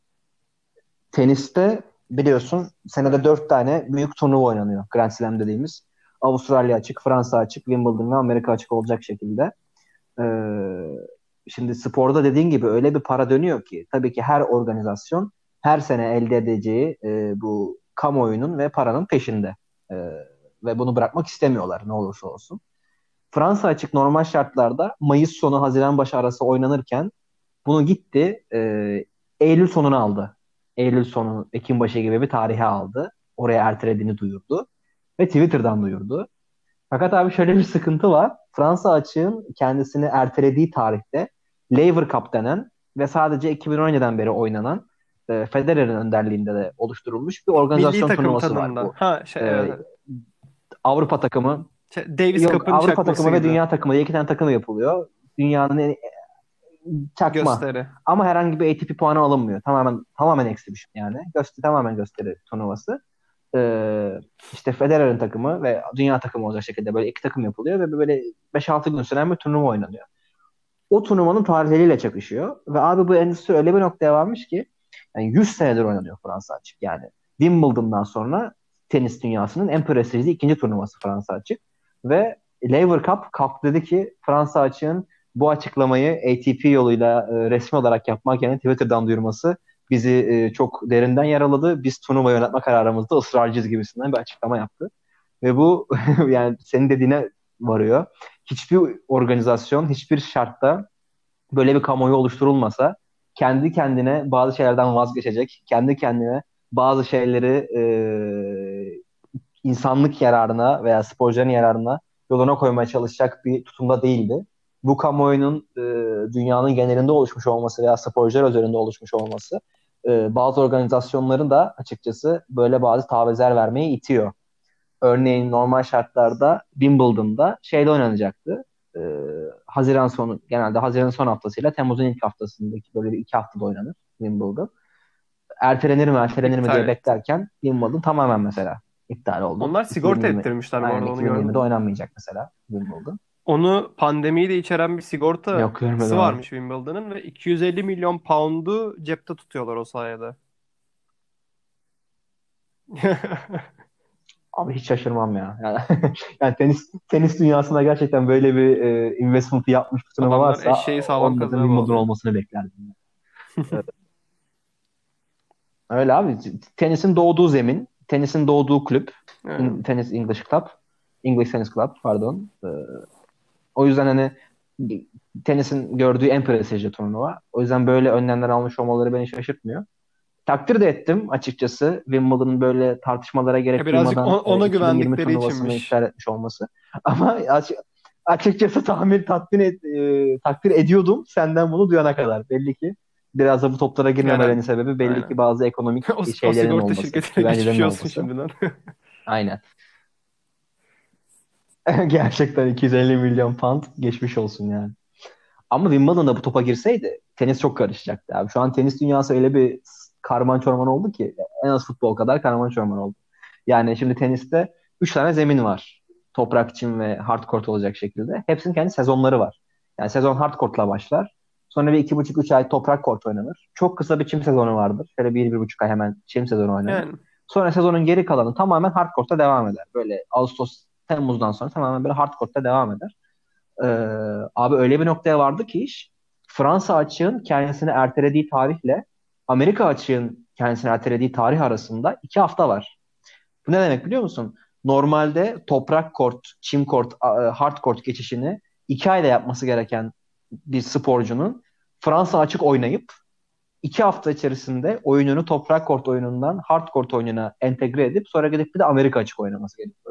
Teniste biliyorsun senede dört tane büyük turnuva oynanıyor. Grand Slam dediğimiz. Avustralya açık, Fransa açık, Wimbledon ve Amerika açık olacak şekilde. Ee, Şimdi sporda dediğin gibi öyle bir para dönüyor ki tabii ki her organizasyon her sene elde edeceği e, bu kamuoyunun ve paranın peşinde. Ee, Ve bunu bırakmak istemiyorlar ne olursa olsun. Fransa açık normal şartlarda Mayıs sonu Haziran başı arası oynanırken bunu gitti e, Eylül sonuna aldı. Eylül sonu Ekim başı gibi bir tarihe aldı. Oraya ertelediğini duyurdu ve Twitter'dan duyurdu. Fakat abi şöyle bir sıkıntı var. Fransa açığın kendisini ertelediği tarihte Laver Cup denen ve sadece iki bin on yediden beri oynanan e, Federer'in önderliğinde de oluşturulmuş bir Milli organizasyon takım turnuvası var. tadında. Bu Ha şey evet, e, evet. Avrupa takımı Şey, Davis yok, Cup'ın Avrupa takımı ve çakmasıydı. dünya takımı diye iki tane takım yapılıyor. Dünyanın en, çakma. Gösteri. Ama herhangi bir A T P puanı alınmıyor. Tamamen tamamen exhibition yani. Gösteri, tamamen gösteri turnuvası. Ee, işte Federer'in takımı ve dünya takımı olacak şekilde böyle iki takım yapılıyor ve böyle beş altı gün süren bir turnuva oynanıyor. O turnuvanın tarihleriyle çakışıyor. Ve abi bu endüstri öyle bir noktaya varmış ki yani yüz senedir oynanıyor Fransa açık. Yani Wimbledon'dan sonra tenis dünyasının en prestijli ikinci turnuvası Fransa açık. Ve Laver Cup kalktı dedi ki Fransa açığın bu açıklamayı A T P yoluyla e, resmi olarak yapmak yani Twitter'dan duyurması bizi e, çok derinden yaraladı. Biz turnuvayı yönetme kararımızda ısrarcıyız gibisinden bir açıklama yaptı. Ve bu yani senin dediğine varıyor. Hiçbir organizasyon, hiçbir şartta böyle bir kamuoyu oluşturulmasa kendi kendine bazı şeylerden vazgeçecek, kendi kendine bazı şeyleri e, insanlık yararına veya sporcuların yararına yoluna koymaya çalışacak bir tutumda değildi. Bu kamuoyunun e, dünyanın genelinde oluşmuş olması veya sporcular üzerinde oluşmuş olması e, bazı organizasyonların da açıkçası böyle bazı tavizler vermeye itiyor. Örneğin normal şartlarda Wimbledon'da şeyde oynanacaktı. Ee, Haziran sonu genelde Haziran son haftasıyla Temmuz'un ilk haftasındaki böyle bir iki haftada oynanır Wimbledon. Ertelenir mi ertelenir mi diye İptal etti. beklerken Wimbledon tamamen mesela iptal oldu. Onlar sigorta iki bin yirmi ettirmişler bu aynen arada onu gördün iki bin yirmide mü? oynanmayacak mesela Wimbledon. Onu pandemiyi de içeren bir Yok, sigortası görmedim abi. varmış Wimbledon'ın ve iki yüz elli milyon pound'u cepte tutuyorlar o sayede. Abi hiç şaşırmam ya. Yani, yani tenis tenis dünyasında gerçekten böyle bir e, investment yapmış bir turnuva Adamlar varsa eşeği sağlam onun da kazığa Wimbledon bağlıyor. olmasını beklerdim. Öyle abi. Tenisin doğduğu zemin, tenisin doğduğu kulüp, Aynen. In- Tennis English Club, English Tennis Club pardon. Ee, o yüzden hani bir- tenisin gördüğü en prestijli turnuva. O yüzden böyle önlemler almış olmaları beni şaşırtmıyor. Takdir de ettim açıkçası Wimbledon'ın böyle tartışmalara Ya gerek birazcık duymadan on- e, ona iki bin yirmi güvendikleri turnuvasını içinmiş. iptal etmiş olması. Ama aç- açıkçası tahmin tatmin et, e, takdir ediyordum senden bunu duyana kadar. Belli ki biraz da bu toplara Yani girmemelerinin sebebi belli ki aynen. bazı ekonomik O, o şeylerin sigorta olması, şirketine geçmiş güvencelerin olsun olması. şimdiden. Aynen. Gerçekten iki yüz elli milyon pound geçmiş olsun yani. Ama Wimbledon'da bu topa girseydi tenis çok karışacaktı abi. Şu an tenis dünyası öyle bir karman çorman oldu ki en az futbol kadar karman çorman oldu. Yani şimdi teniste üç tane zemin var. Toprak, çim ve hard court olacak şekilde. Hepsinin kendi sezonları var. Yani sezon hard court'la başlar. Sonra bir iki buçuk üç ay toprak kort oynanır. Çok kısa bir çim sezonu vardır. Şöyle bir, bir buçuk ay hemen çim sezonu oynanır. Yani Sonra sezonun geri kalanı tamamen hard court'ta devam eder. Böyle Ağustos, Temmuz'dan sonra tamamen böyle hard court'ta devam eder. Ee, Abi öyle bir noktaya vardı ki iş Fransa açığın kendisini ertelediği tarihle Amerika açığın kendisini ertelediği tarih arasında iki hafta var. Bu ne demek biliyor musun? Normalde toprak kort, çim kort, a- hard kort geçişini iki ayda yapması gereken bir sporcunun Fransa açık oynayıp iki hafta içerisinde oyununu toprak kort oyunundan hard kort oyununa entegre edip sonra gidip bir de Amerika açık oynaması gerekiyor.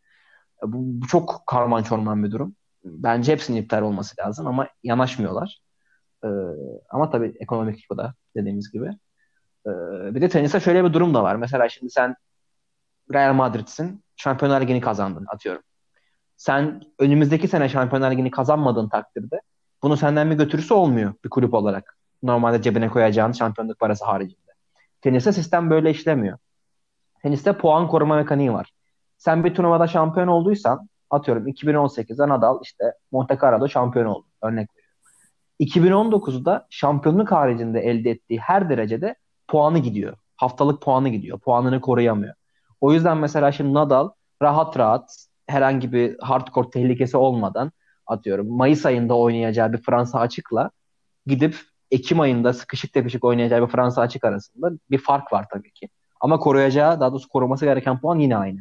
Bu, bu çok karman çorman bir durum. Bence hepsinin iptal olması lazım ama yanaşmıyorlar. Ee, Ama tabii ekonomik bu da dediğimiz gibi. Ee, Bir de teniste şöyle bir durum da var. Mesela şimdi sen Real Madrid'sin. Şampiyonlar Ligi'ni kazandın atıyorum. Sen önümüzdeki sene Şampiyonlar Ligi'ni kazanmadığın takdirde bunu senden bir götürüsü olmuyor bir kulüp olarak. Normalde cebine koyacağın şampiyonluk parası haricinde. Teniste sistem böyle işlemiyor. Teniste puan koruma mekaniği var. Sen bir turnuvada şampiyon olduysan atıyorum iki bin on sekizde Nadal işte Monte Carlo'da şampiyon oldu. Örnek veriyorum. iki bin on dokuzda şampiyonluk haricinde elde ettiği her derecede puanı gidiyor. Haftalık puanı gidiyor. Puanını koruyamıyor. O yüzden mesela şimdi Nadal rahat rahat herhangi bir hardcore tehlikesi olmadan atıyorum Mayıs ayında oynayacağı bir Fransa açıkla gidip Ekim ayında sıkışık tepişik oynayacağı bir Fransa açık arasında bir fark var tabii ki. Ama koruyacağı, daha doğrusu koruması gereken puan yine aynı.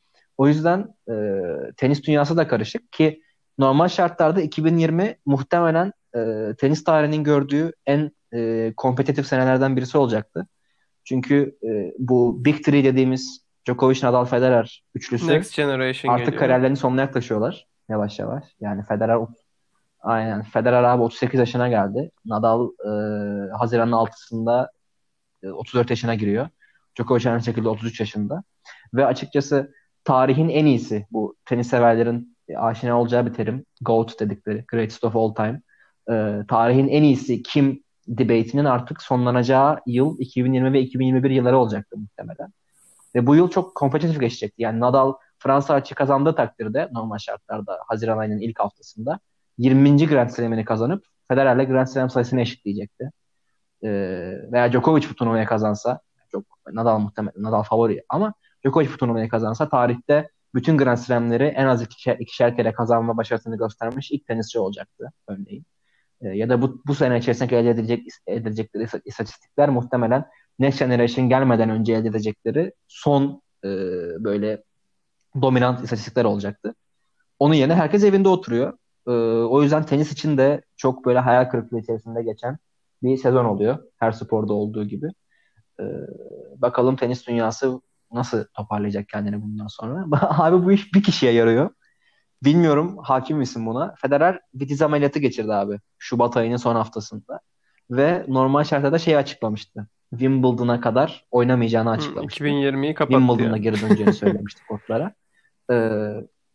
O yüzden e, tenis dünyası da karışık ki normal şartlarda iki bin yirmi muhtemelen e, tenis tarihinin gördüğü en e, kompetitif senelerden birisi olacaktı. Çünkü e, bu Big Three dediğimiz Djokovic, Nadal, Federer üçlüsü Next Generation artık geliyor. kariyerlerinin sonuna yaklaşıyorlar yavaş yavaş. Yani Federer aynen Federer abi otuz sekiz yaşına geldi. Nadal e, Haziran'ın altısında e, otuz dört yaşına giriyor. Djokovic aynı şekilde otuz üç yaşında. Ve açıkçası tarihin en iyisi bu tenis severlerin aşina olacağı bir terim. GOAT dedikleri. Greatest of all time. Ee, tarihin en iyisi kim debate'inin artık sonlanacağı yıl iki bin yirmi ve iki bin yirmi bir yılları olacaktı muhtemelen. Ve bu yıl çok kompetitif geçecekti. Yani Nadal Fransa açığı kazandığı takdirde normal şartlarda Haziran ayının ilk haftasında yirminci Grand Slam'ini kazanıp Federer'le Grand Slam sayısını eşitleyecekti. Ee, Veya Djokovic bu turnuvayı kazansa çok Nadal muhtemelen Nadal favori ama Djokovic bu turnuvayı kazansa tarihte bütün Grand Slam'leri en az ikişer, ikişer kere kazanma başarısını göstermiş ilk tenisçi olacaktı örneğin. Ee, ya da bu, bu sene içerisinde elde edilecek, edilecekleri istatistikler muhtemelen Next Generation gelmeden önce elde edecekleri son e, böyle dominant istatistikler olacaktı. Onun yerine herkes evinde oturuyor. Ee, O yüzden tenis için de çok böyle hayal kırıklığı içerisinde geçen bir sezon oluyor. Her sporda olduğu gibi. Ee, Bakalım tenis dünyası nasıl toparlayacak kendini bundan sonra. Abi bu iş bir kişiye yarıyor. Bilmiyorum hakim misin buna? Federer bir diz ameliyatı geçirdi abi. Şubat ayının son haftasında. Ve normal şartlarda şey açıklamıştı. Wimbledon'a kadar oynamayacağını Hı, açıklamıştı. iki bin yirmiyi kapattı Wimbledon'a yani. geri döneceğini söylemişti kortlara. Ee,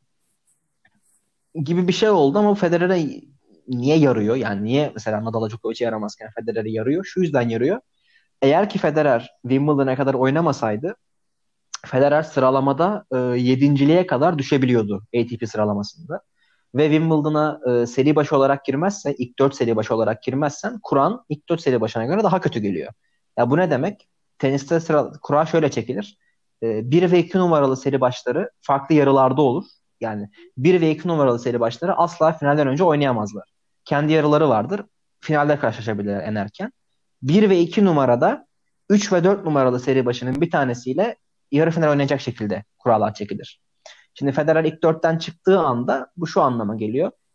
Gibi bir şey oldu ama Federer'e niye yarıyor? Yani niye mesela Nadal'a Djokovic'e yaramazken Federer'e yarıyor? Şu yüzden yarıyor. Eğer ki Federer Wimbledon'a kadar oynamasaydı Federer sıralamada e, yedinciliğe kadar düşebiliyordu A T P sıralamasında. Ve Wimbledon'a e, seri başı olarak girmezse, ilk dört seri başı olarak girmezsen kuran ilk dört seri başına göre daha kötü geliyor. Ya bu ne demek? Teniste sıra, kura şöyle çekilir. E, bir ve iki numaralı seri başları farklı yarılarda olur. Yani bir ve iki numaralı seri başları asla finalden önce oynayamazlar. Kendi yarıları vardır. Finalde karşılaşabilirler en erken. Bir ve iki numarada üç ve dört numaralı seri başının bir tanesiyle yarı final oynayacak şekilde kurallar çekilir. Şimdi Federer ilk dörtten çıktığı anda bu şu anlama geliyor.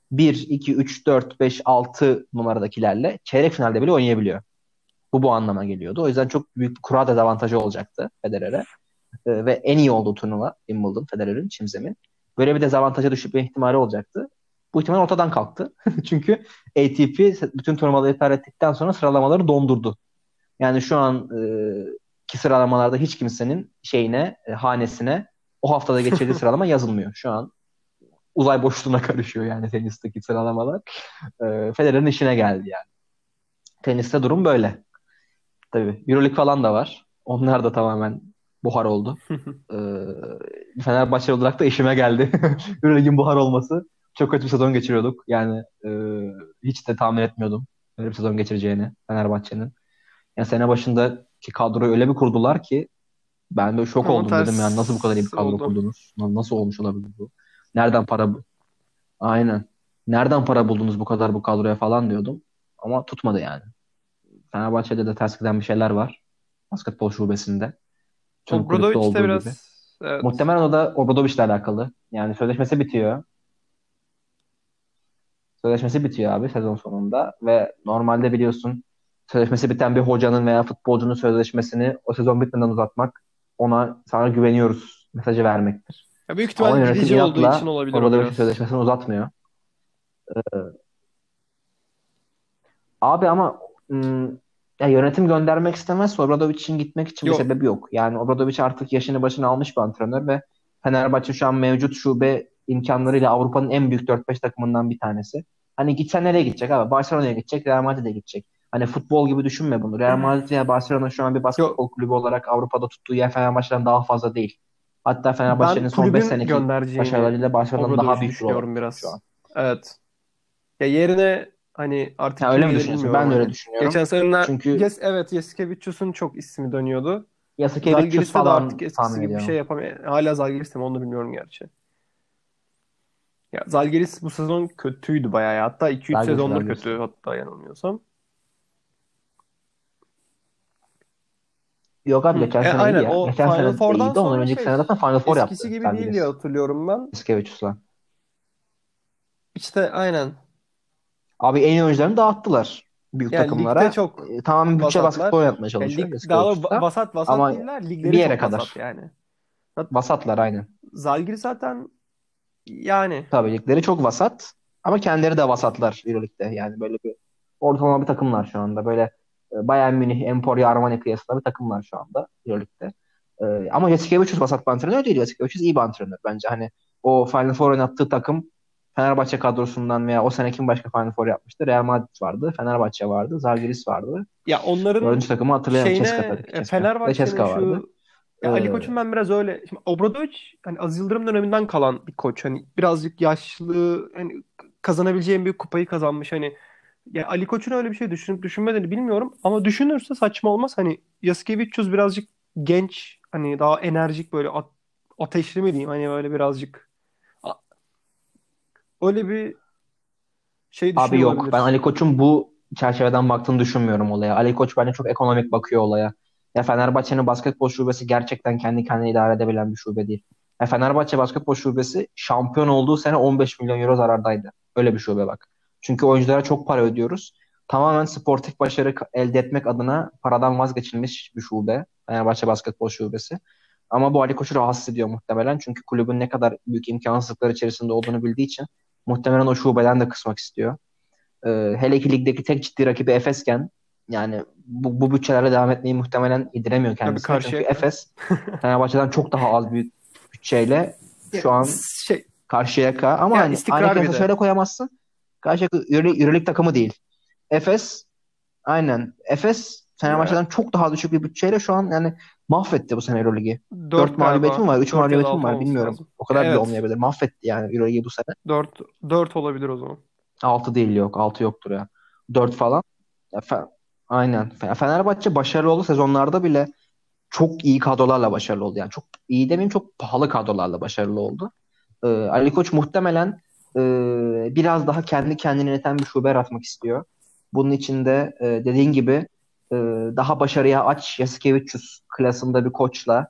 bir, iki, üç, dört, beş, altı numaradakilerle çeyrek finalde bile oynayabiliyor. Bu bu anlama geliyordu. O yüzden çok büyük bir kura dezavantajı olacaktı Federer'e. Ee, ve en iyi olduğu turnuva Wimbledon, Federer'in çim zemin. Böyle bir dezavantaja düşme ihtimali olacaktı. Bu ihtimal ortadan kalktı. Çünkü A T P bütün turnuvaları iptal ettikten sonra sıralamaları dondurdu. Yani şu an e, ki sıralamalarda hiç kimsenin şeyine, e, hanesine o haftada geçirdiği sıralama yazılmıyor. Şu an uzay boşluğuna karışıyor yani tenisteki sıralamalar. E, Federer'in işine geldi yani. Teniste durum böyle. Tabii Euroleague falan da var. Onlar da tamamen buhar oldu. Ee, Fenerbahçe olarak da işime geldi. Euroleague'in buhar olması. Çok kötü bir sezon geçiriyorduk. Yani e, hiç de tahmin etmiyordum öyle bir sezon geçireceğini Fenerbahçe'nin. Yani sene başındaki kadroyu öyle bir kurdular ki ben böyle şok Ama oldum, dedim yani nasıl bu kadar iyi bir ters kadro oldu. kurdunuz? Nasıl olmuş olabilir bu? Nereden para bu? Aynen. Nereden para buldunuz bu kadar bu kadroya falan diyordum. Ama tutmadı yani. Fenerbahçe'de de ters giden bir şeyler var. Basketbol şubesinde. Tüm kulüpte Obradoviç de olduğu gibi. biraz, evet. Muhtemelen o da Obradovic'le alakalı. Yani sözleşmesi bitiyor. Sözleşmesi bitiyor abi sezon sonunda ve normalde biliyorsun sözleşmesi biten bir hocanın veya futbolcunun sözleşmesini o sezon bitmeden uzatmak, ona sana güveniyoruz mesajı vermektir. Ya büyük Ama ihtimal yönetim gidici olduğu için inatla olabilir o Obradovic'in biraz. sözleşmesini uzatmıyor. Abi ama ım, ya yönetim göndermek istemez. Obradovic'in gitmek için bir Yok. sebebi yok. Yani Obradovic artık yaşını başına almış bir antrenör ve Fenerbahçe şu an mevcut şube imkanlarıyla Avrupa'nın en büyük dört beş takımından bir tanesi. Hani gitsen nereye gidecek abi? Barcelona'ya gidecek, Real Madrid'e gidecek. Hani futbol gibi düşünme bunu. Real Madrid veya Barcelona şu an bir Yok. basketbol kulübü olarak Avrupa'da tuttuğu yer Fenerbahçe'den daha fazla değil. Hatta Ben Fenerbahçe'nin son beş kulübün seneki göndereceğini başarılarıyla Barcelona'dan daha Obradovic'i büyük bir rol düşünüyorum oynuyor şu an. biraz. Evet. Ya yerine hani artık Ha, kim öyle mi gelir düşünüyorsun? bilmiyorum Ben de öyle hani. düşünüyorum. Geçen sene Çünkü yes, evet Jasikevičius'un çok ismi dönüyordu. Yasikevicius Zalgiris'te de artık falan eskisi tahmin gibi bir şey ediyorum. yapamıyor. Hala Zalgiris'te mi onu da bilmiyorum gerçi. Ya Zalgiris bu sezon kötüydü bayağı ya. Hatta iki üç Zalgiris, sezondur Zalgiris. kötü hatta yanılmıyorsam. Yok abi Hı. geçen E, sene iyiydi aynen ya. o Geçen Final sene de Four'dan iyiydi. Ondan sonra önceki şey sene zaten Final Four eskisi yaptı gibi değil diye Zalgiris. hatırlıyorum ben. Yasikevicius'la. İşte aynen. Abi en iyi oyuncularını dağıttılar büyük Yani ligde takımlara. çok E, tamamen bütçe basketbol vasatlar. oynatmaya Yani çalışıyor lig, daha doğrusu va- Yasikevicius'ta. vasat vasat Ama değiller. bir Ligleri yere çok vasat kadar. yani. Zat- Vasatlar aynen. Zalgiris zaten yani Tabii ligleri çok vasat. Ama kendileri de vasatlar Euroleague'de. Yani böyle bir ortalama bir takımlar şu anda. Böyle e, Bayern Münih, Emporio, Armani kıyasında bir takımlar şu anda Euroleague'de. E, ama Yasikevicius vasat bir antrenör değil. Yasikevicius iyi bir antrenör bence. Hani o Final Four oynattığı takım Fenerbahçe kadrosundan veya o sene kim başka Final Four yapmıştı? Real Madrid vardı, Fenerbahçe vardı, Zalgiris vardı. ya onların Dördüncü takımı hatırlayamam. şeyine Ceska tabii ki e, Ceska. Ve Fenerbahçe'nin Ceska vardı. şu ya E, Ali Koç'un ben biraz öyle şimdi Obradović hani Aziz Yıldırım döneminden kalan bir koç. Hani birazcık yaşlı hani kazanabileceğim bir kupayı kazanmış hani ya Ali Koç'un öyle bir şey düşünüp düşünmediğini bilmiyorum ama düşünürse saçma olmaz. Hani Jasikevicius birazcık genç hani daha enerjik böyle at- ateşli mi diyeyim hani böyle birazcık a- öyle bir şey Abi düşünüyor yok. Ben olabilir. Ali Koç'un bu çerçeveden baktığını düşünmüyorum olaya. Ali Koç bence çok ekonomik bakıyor olaya. Ya Fenerbahçe'nin basketbol şubesi gerçekten kendi kendine idare edebilen bir şube değil. Ya Fenerbahçe basketbol şubesi şampiyon olduğu sene on beş milyon euro zarardaydı. Öyle bir şube bak. Çünkü oyunculara çok para ödüyoruz. Tamamen sportif başarı elde etmek adına paradan vazgeçilmiş bir şube. Fenerbahçe basketbol şubesi. Ama bu Ali Koç'u rahatsız ediyor muhtemelen. Çünkü kulübün ne kadar büyük imkansızlıklar içerisinde olduğunu bildiği için muhtemelen o şubeden de kısmak istiyor. Ee, hele ki ligdeki tek ciddi rakibi Efesken, yani bu, bu bütçelerle devam etmeyi muhtemelen yediremiyor Tabii kendisine. Çünkü Karşıyaka. Efes Fenerbahçe'den çok daha az büyük bütçeyle Ya, şu an şey Karşıyaka, ama ya hani aynı istikrar bir kıyasla de. şöyle koyamazsın. Karşıyaka Euro- Euroleague takımı değil. Efes aynen. Efes Ya Fenerbahçe'den çok daha düşük bir bütçeyle şu an yani mahvetti bu sene Euroligi. Dört dört mağlubiyeti mi galiba. var? Üç Dört ya da mağlubiyeti mi altı var olması bilmiyorum. lazım. O Ya, kadar bile evet. olmayabilir. Mahvetti yani Euroligi bu sene. Dört dört olabilir o zaman. Altı değil, yok. Altı yoktur ya. Dört falan. Ya Fe- Aynen. Fe- Fenerbahçe başarılı olduğu sezonlarda bile çok iyi kadrolarla başarılı oldu. Yani çok iyi demeyeyim, çok pahalı kadrolarla başarılı oldu. Ee, Ali Koç muhtemelen e, biraz daha kendi kendine yöneten bir şube yaratmak istiyor. Bunun için de e, dediğin gibi e, daha başarıya aç Yasikevicius klasında bir koçla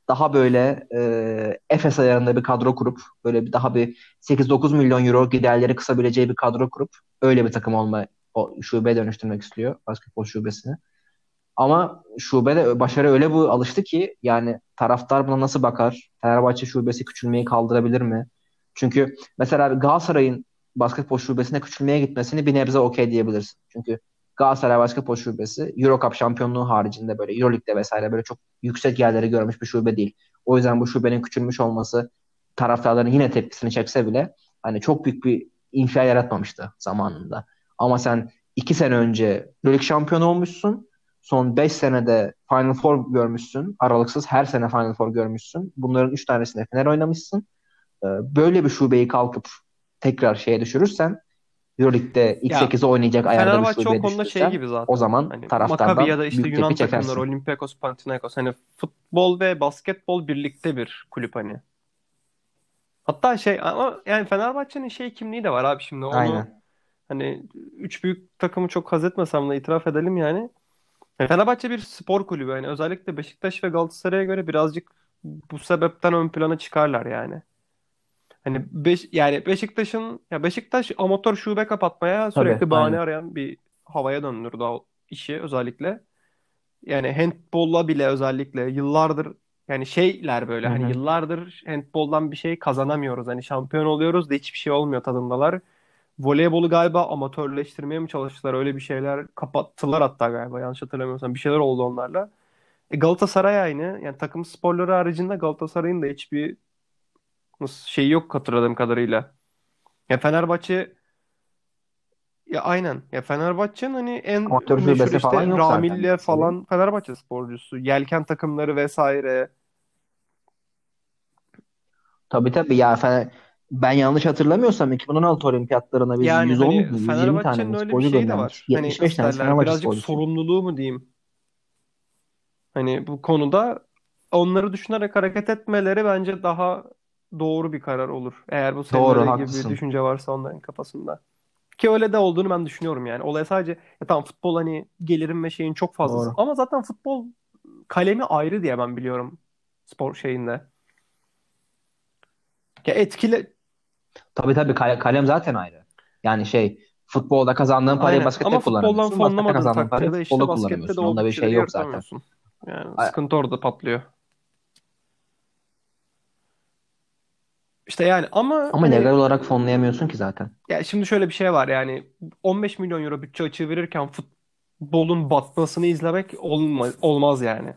daha böyle e, Efes ayarında bir kadro kurup böyle bir daha bir sekiz dokuz milyon euro giderleri kısabileceği bir kadro kurup öyle bir takım olma o şubeye dönüştürmek istiyor basketbol şubesini. Ama şubede başarı öyle bu alıştı ki yani taraftar buna nasıl bakar? Fenerbahçe şubesi küçülmeyi kaldırabilir mi? Çünkü mesela Galatasaray'ın basketbol şubesine küçülmeye gitmesini bir nebze okey diyebilirsin. Çünkü Galatasaray basketbol şubesi Euro Cup şampiyonluğu haricinde böyle Euroleague'de vesaire böyle çok yüksek yerleri görmüş bir şube değil. O yüzden bu şubenin küçülmüş olması taraftarların yine tepkisini çekse bile hani çok büyük bir infial yaratmamıştı zamanında. Ama sen iki sene önce Euroleague şampiyonu olmuşsun. Son beş senede Final Four görmüşsün. Aralıksız her sene Final Four görmüşsün. Bunların üç tanesinde Fener oynamışsın. Ee, Böyle bir şubeyi kalkıp tekrar şeye düşürürsen Euroleague'de ilk Ya sekize oynayacak ayarda bir Fenerbahçe o şubeye konuda şey düşürürsen gibi o zaten. zaman Hani Maccabi ya taraftardan da işte büyük tepki Yunan takımları çekersin. Olympiakos, Panathinaikos hani futbol ve basketbol birlikte bir kulüp hani. Hatta şey ama yani Fenerbahçe'nin şey kimliği de var abi şimdi onu Aynen. hani üç büyük takımı çok haz etmesem de itiraf edelim yani. Yani Fenerbahçe bir spor kulübü yani özellikle Beşiktaş ve Galatasaray'a göre birazcık bu sebepten ön plana çıkarlar yani. Hani Beş, yani Beşiktaş'ın ya Beşiktaş amatör şube kapatmaya Tabii, sürekli bahane aynen. arayan bir havaya döndürdü o işi özellikle. Yani handbolla bile özellikle yıllardır yani şeyler böyle Hı hani hı. yıllardır handboldan bir şey kazanamıyoruz. Hani şampiyon oluyoruz da hiçbir şey olmuyor tadındalar. Voleybolu galiba amatörleştirmeye mi çalıştılar? Öyle bir şeyler kapattılar hatta galiba yanlış hatırlamıyorsam. Bir şeyler oldu onlarla. E Galatasaray aynı. Yani takım sporları haricinde Galatasaray'ın da hiçbir nasıl şeyi yok hatırladığım kadarıyla. Ya Fenerbahçe ya aynen. Ya Fenerbahçe'nin hani en Amatör meşhur şubesi falan işte yok zaten Ramil'le Galatasaray'ın. falan Fenerbahçe sporcusu. Yelken takımları vesaire. Tabii tabii ya Fener, ben yanlış hatırlamıyorsam iki bin on altı olimpiyatlarına biz Yani yüz on hani mu yüz yirmi tane Fenerbahçe'nin mi öyle bir sporcu şeyi de göndermiş. var. Hani yetmiş beş nasıl tanesi derler? Fenerbahçe Birazcık sporcusu. sorumluluğu mu diyeyim? Hani bu konuda onları düşünerek hareket etmeleri bence daha doğru bir karar olur. Eğer bu senin Doğru, dediğin gibi bir haklısın. düşünce varsa onların kafasında. Ki öyle de olduğunu ben düşünüyorum yani. Olay sadece ya tamam futbol hani gelirim ve şeyin çok fazlası. Doğru. Ama zaten futbol kalemi ayrı diye ben biliyorum spor şeyinde. Ya etkile Tabii tabii kale- kalem zaten ayrı. Yani şey futbolda kazandığın parayı aynen ama baskette futboldan kullanamıyorsun. Baskette fonlamadığın kazandığın parayı takdirde işte futbolda baskette de kullanamıyorsun. o Onda bir şey bütçeleri yok zaten. yaratamıyorsun. Yani A- sıkıntı orada patlıyor. İşte yani ama Ama legal hani olarak fonlayamıyorsun ki zaten. ya şimdi şöyle bir şey var yani on beş milyon euro bütçe açığı verirken futbolun batmasını izlemek olmaz, olmaz yani.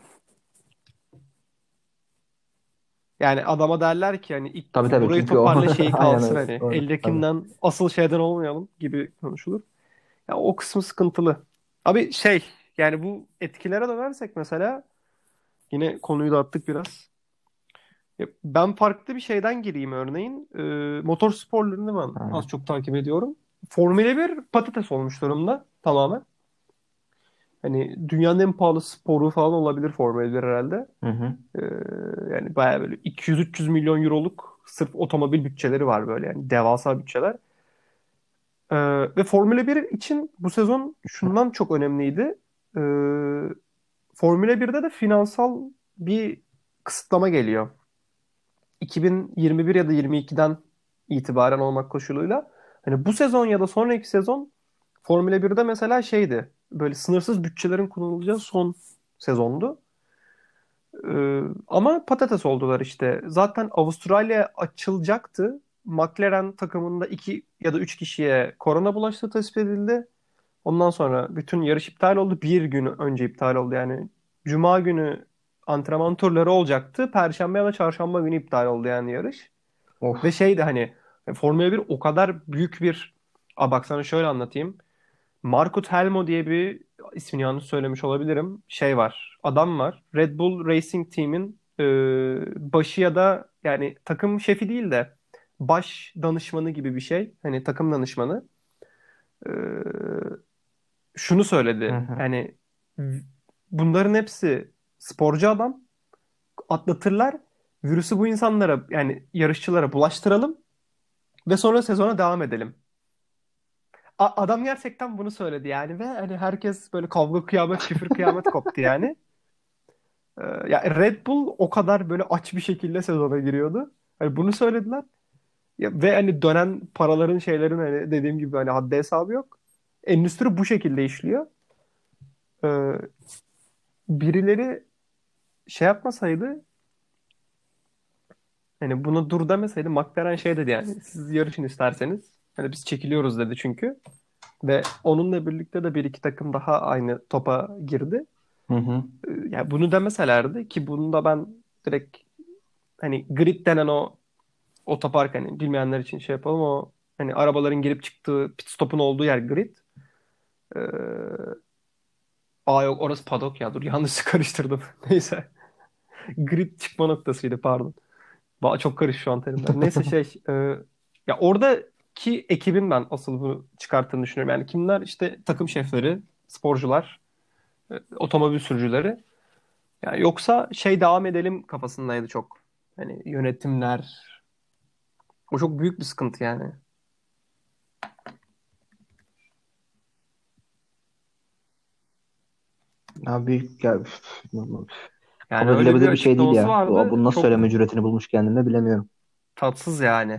Yani adama derler ki hani ilk Tabii tabii burayı çünkü o toparla şeyi aynen kalsın öyle. hani Doğru. Tabii. eldekinden asıl şeyden olmayalım gibi konuşulur. Ya o kısmı sıkıntılı. Abi şey yani bu etkilere dönersek mesela yine konuyu dağıttık biraz. Ya ben farklı bir şeyden gireyim örneğin. Ee, motor sporlarını ben az Aynen. çok takip ediyorum. Formula bir patates olmuş durumda tamamen. Hani dünyanın en pahalı sporu falan olabilir Formula bir herhalde. Hı hı. Ee, yani bayağı böyle iki yüz üç yüz milyon euroluk sırf otomobil bütçeleri var böyle yani devasa bütçeler. Ee, ve Formula bir için bu sezon şundan çok önemliydi. Ee, Formula birde de finansal bir kısıtlama geliyor. iki bin yirmi bir ya da yirmi ikiden itibaren olmak koşuluyla. Hani bu sezon ya da sonraki sezon Formula birde mesela şeydi. Böyle sınırsız bütçelerin kullanılacağı son sezondu. Ee, ama patates oldular işte. Zaten Avustralya açılacaktı. McLaren takımında iki ya da üç kişiye korona bulaştığı tespit edildi. Ondan sonra bütün yarış iptal oldu. Bir gün önce iptal oldu yani. Cuma günü antrenman turları olacaktı. Perşembe ya da çarşamba günü iptal oldu yani yarış. Ve Of. şeydi hani Formula bir o kadar büyük bir... Aa, bak sana şöyle anlatayım. Marco Helmo diye bir ismini yanlış söylemiş olabilirim. Şey var. Adam var. Red Bull Racing Team'in e, başı ya da yani takım şefi değil de baş danışmanı gibi bir şey. Hani takım danışmanı. E, şunu Hı söyledi. hı. Yani bunların hepsi sporcu adam. Atlatırlar. Virüsü bu insanlara yani yarışçılara bulaştıralım ve sonra sezona devam edelim. A- adam gerçekten bunu söyledi yani ve hani herkes böyle kavga kıyamet küfür kıyamet koptu yani. Ee, ya Red Bull o kadar böyle aç bir şekilde sezona giriyordu. Hani bunu söylediler. Ya, ve hani dönen paraların şeylerin hani dediğim gibi hani haddi hesabı yok. Endüstri bu şekilde işliyor. Ee, birileri şey yapmasaydı, hani bunu dur demeseydi, McLaren şey dedi yani, siz yarışın isterseniz. Hani biz çekiliyoruz dedi çünkü. Ve onunla birlikte de bir iki takım daha aynı topa girdi. Hı hı. Ee, yani bunu demeselerdi ki, bunu da ben direkt hani grid denen o otopark, hani bilmeyenler için şey yapalım, o hani arabaların girip çıktığı pit stop'un olduğu yer grid. Ee, aa yok, orası paddock ya, dur yanlış karıştırdım. Neyse. Grid çıkma noktasıydı, pardon. Ba- Çok karışık şu an terimler. Neyse şey e, ya oradaki ekibin ben asıl bunu çıkarttığını düşünüyorum. Yani kimler? İşte takım şefleri, sporcular, e, otomobil sürücüleri. Yani yoksa şey, devam edelim kafasındaydı çok. Hani yönetimler. O çok büyük bir sıkıntı yani. Abi ya, üf, Yani kabul öyle bir edilebilir bir şey değil açıklaması ya. Bu, vardı. bunu nasıl Çok söyleme cüretini bulmuş kendine bilemiyorum. tatsız yani.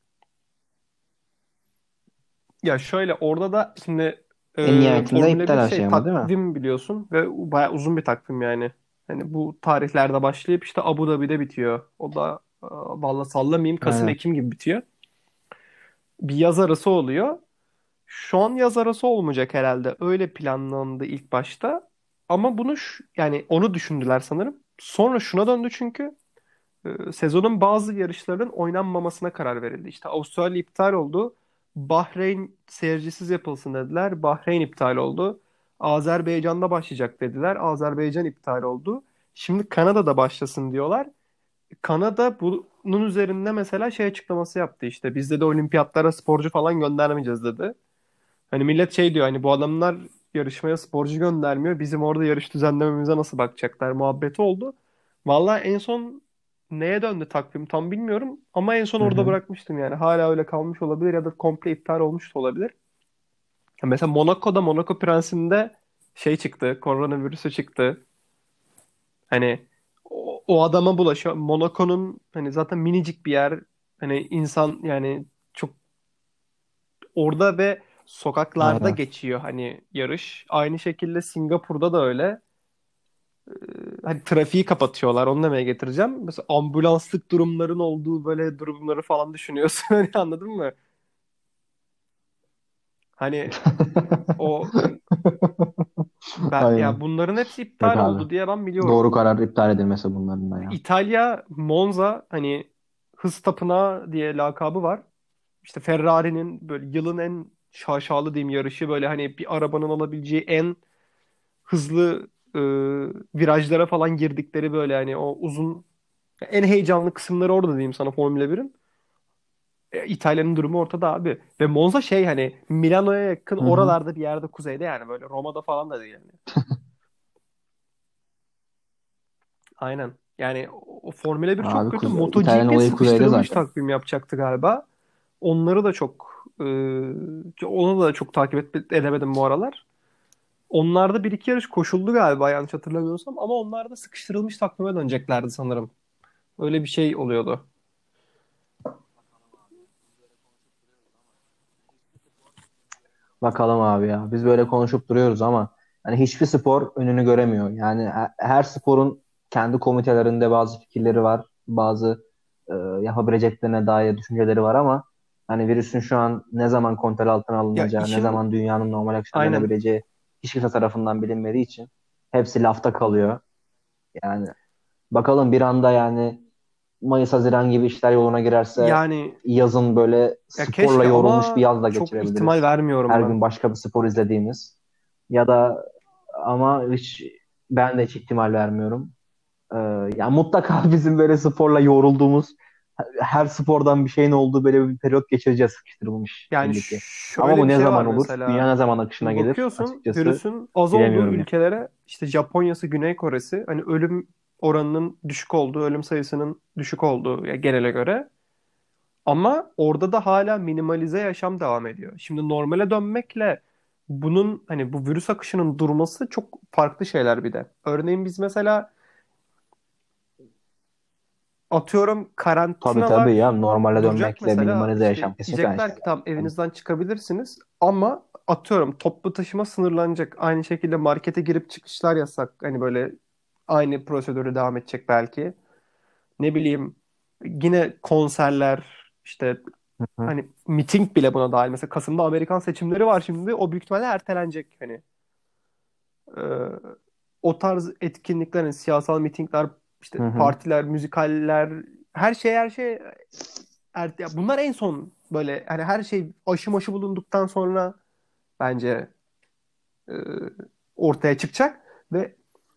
Ya şöyle, orada da şimdi En e, nihayetinde Formula iptal bir her şey şey ama değil mi? takvim biliyorsun ve bayağı uzun bir takvim yani. Hani bu tarihlerde başlayıp işte Abu Dhabi'de bitiyor. O da e, vallahi sallamayayım, Aynen. Kasım-Ekim gibi bitiyor. Bir yaz arası oluyor. Şu an yaz arası olmayacak herhalde. Öyle planlandı ilk başta. Ama bunu şu- yani onu düşündüler sanırım. Sonra şuna döndü çünkü e, sezonun bazı yarışlarının oynanmamasına karar verildi. İşte Avustralya iptal oldu. Bahreyn seyircisiz yapılsın dediler. Bahreyn iptal oldu. Azerbaycan'da başlayacak dediler. Azerbaycan iptal oldu. Şimdi Kanada'da başlasın diyorlar. Kanada bunun üzerinde mesela şey açıklaması yaptı, işte bizde de olimpiyatlara sporcu falan göndermeyeceğiz dedi. Hani millet şey diyor, hani bu adamlar yarışmaya sporcu göndermiyor, bizim orada yarış düzenlememize nasıl bakacaklar muhabbeti oldu. Vallahi en son neye döndü takvim tam bilmiyorum ama en son Hı orada hı. bırakmıştım yani. Hala öyle kalmış olabilir ya da komple iptal olmuş da olabilir. Ya mesela Monaco'da, Monaco Prensi'nde şey çıktı, koronavirüsü çıktı. Hani o, o adama bulaşıyor. Monaco'nun hani zaten minicik bir yer. Hani insan yani çok orada ve sokaklarda Aynen. geçiyor hani yarış. Aynı şekilde Singapur'da da öyle. Hani trafiği kapatıyorlar. Onu demeye getireceğim. Mesela ambulanslık durumların olduğu böyle durumları falan düşünüyorsun. Hani anladın mı? Hani o ben, ya Aynen. bunların hepsi Yok iptal abi. oldu diye ben Doğru biliyorum. karar iptal edilmesi bunların da ya. İtalya, Monza hani hız tapınağı diye lakabı var. İşte Ferrari'nin böyle yılın en şaşalı diyeyim yarışı, böyle hani bir arabanın alabileceği en hızlı e, virajlara falan girdikleri, böyle hani o uzun, en heyecanlı kısımları orada diyeyim sana Formula birin. E, İtalya'nın durumu ortada abi. Ve Monza şey, hani Milano'ya yakın Hı hı. oralarda bir yerde, kuzeyde yani, böyle Roma'da falan da değil yani. Aynen. Yani o o Formula bir çok Abi kötü. kuze İtalyan MotoGP olayı kuzeyde sıkıştırılmış zaten. takvim yapacaktı galiba. Onları da çok e, onu da çok takip et, edemedim bu aralar. Onlarda bir iki yarış koşuldu galiba, yanlış hatırlamıyorsam, ama onlar da sıkıştırılmış takvime döneceklerdi sanırım. Öyle bir şey oluyordu. Bakalım abi ya. Biz böyle konuşup duruyoruz ama hani hiçbir spor önünü göremiyor. Yani he- her sporun kendi komitelerinde bazı fikirleri var. Bazı e, yapabileceklerine dair düşünceleri var ama hani virüsün şu an ne zaman kontrol altına Ya alınacağı, ne işin zaman dünyanın normal akışına aynen. dönebileceği hiç kimse tarafından bilinmediği için hepsi lafta kalıyor. Yani bakalım bir anda yani Mayıs, Haziran gibi işler yoluna girerse Yani yazın böyle ya sporla keşke, yoğrulmuş bir ama yaz da çok ihtimal geçirebiliriz. vermiyorum Her ben. gün başka bir spor izlediğimiz. Ya da ama hiç ben de hiç ihtimal vermiyorum. Ee, ya mutlaka bizim böyle sporla yoğrulduğumuz her spordan bir şeyin olduğu böyle bir periyot geçireceğiz sıkıştırılmış Yani belli ki. Ama şöyle bu bir ne şey zaman var olur? Dünya mesela. ne zaman akışına Şimdi gelir? bakıyorsun Açıkçası virüsün az olduğu bilemiyorum ya. ülkelere, işte Japonya'sı, Güney Kore'si, hani ölüm oranının düşük olduğu, ölüm sayısının düşük olduğu ya genele göre. Ama orada da hala minimalize yaşam devam ediyor. Şimdi normale dönmekle bunun, hani bu virüs akışının durması çok farklı şeyler bir de. Örneğin biz mesela atıyorum Tabii karantina tabii ya, var, normale duracak dönmekle mesela, minimalize işte yaşam kesinlikle aynı diyecekler ki şeyler. tam Yani. evinizden çıkabilirsiniz ama atıyorum toplu taşıma sınırlanacak. Aynı şekilde markete girip çıkışlar yasak. Hani böyle aynı prosedürü devam edecek belki. Ne bileyim, yine konserler, işte Hı hı. hani miting bile buna dahil. Mesela Kasım'da Amerikan seçimleri var şimdi. O büyük ihtimalle ertelenecek. Hani Ee, o tarz etkinlikler, hani siyasal mitingler, işte Hı hı. partiler, müzikaller, her şey her şey er- ya bunlar en son, böyle hani her şey aşı maşı bulunduktan sonra bence e, ortaya çıkacak ve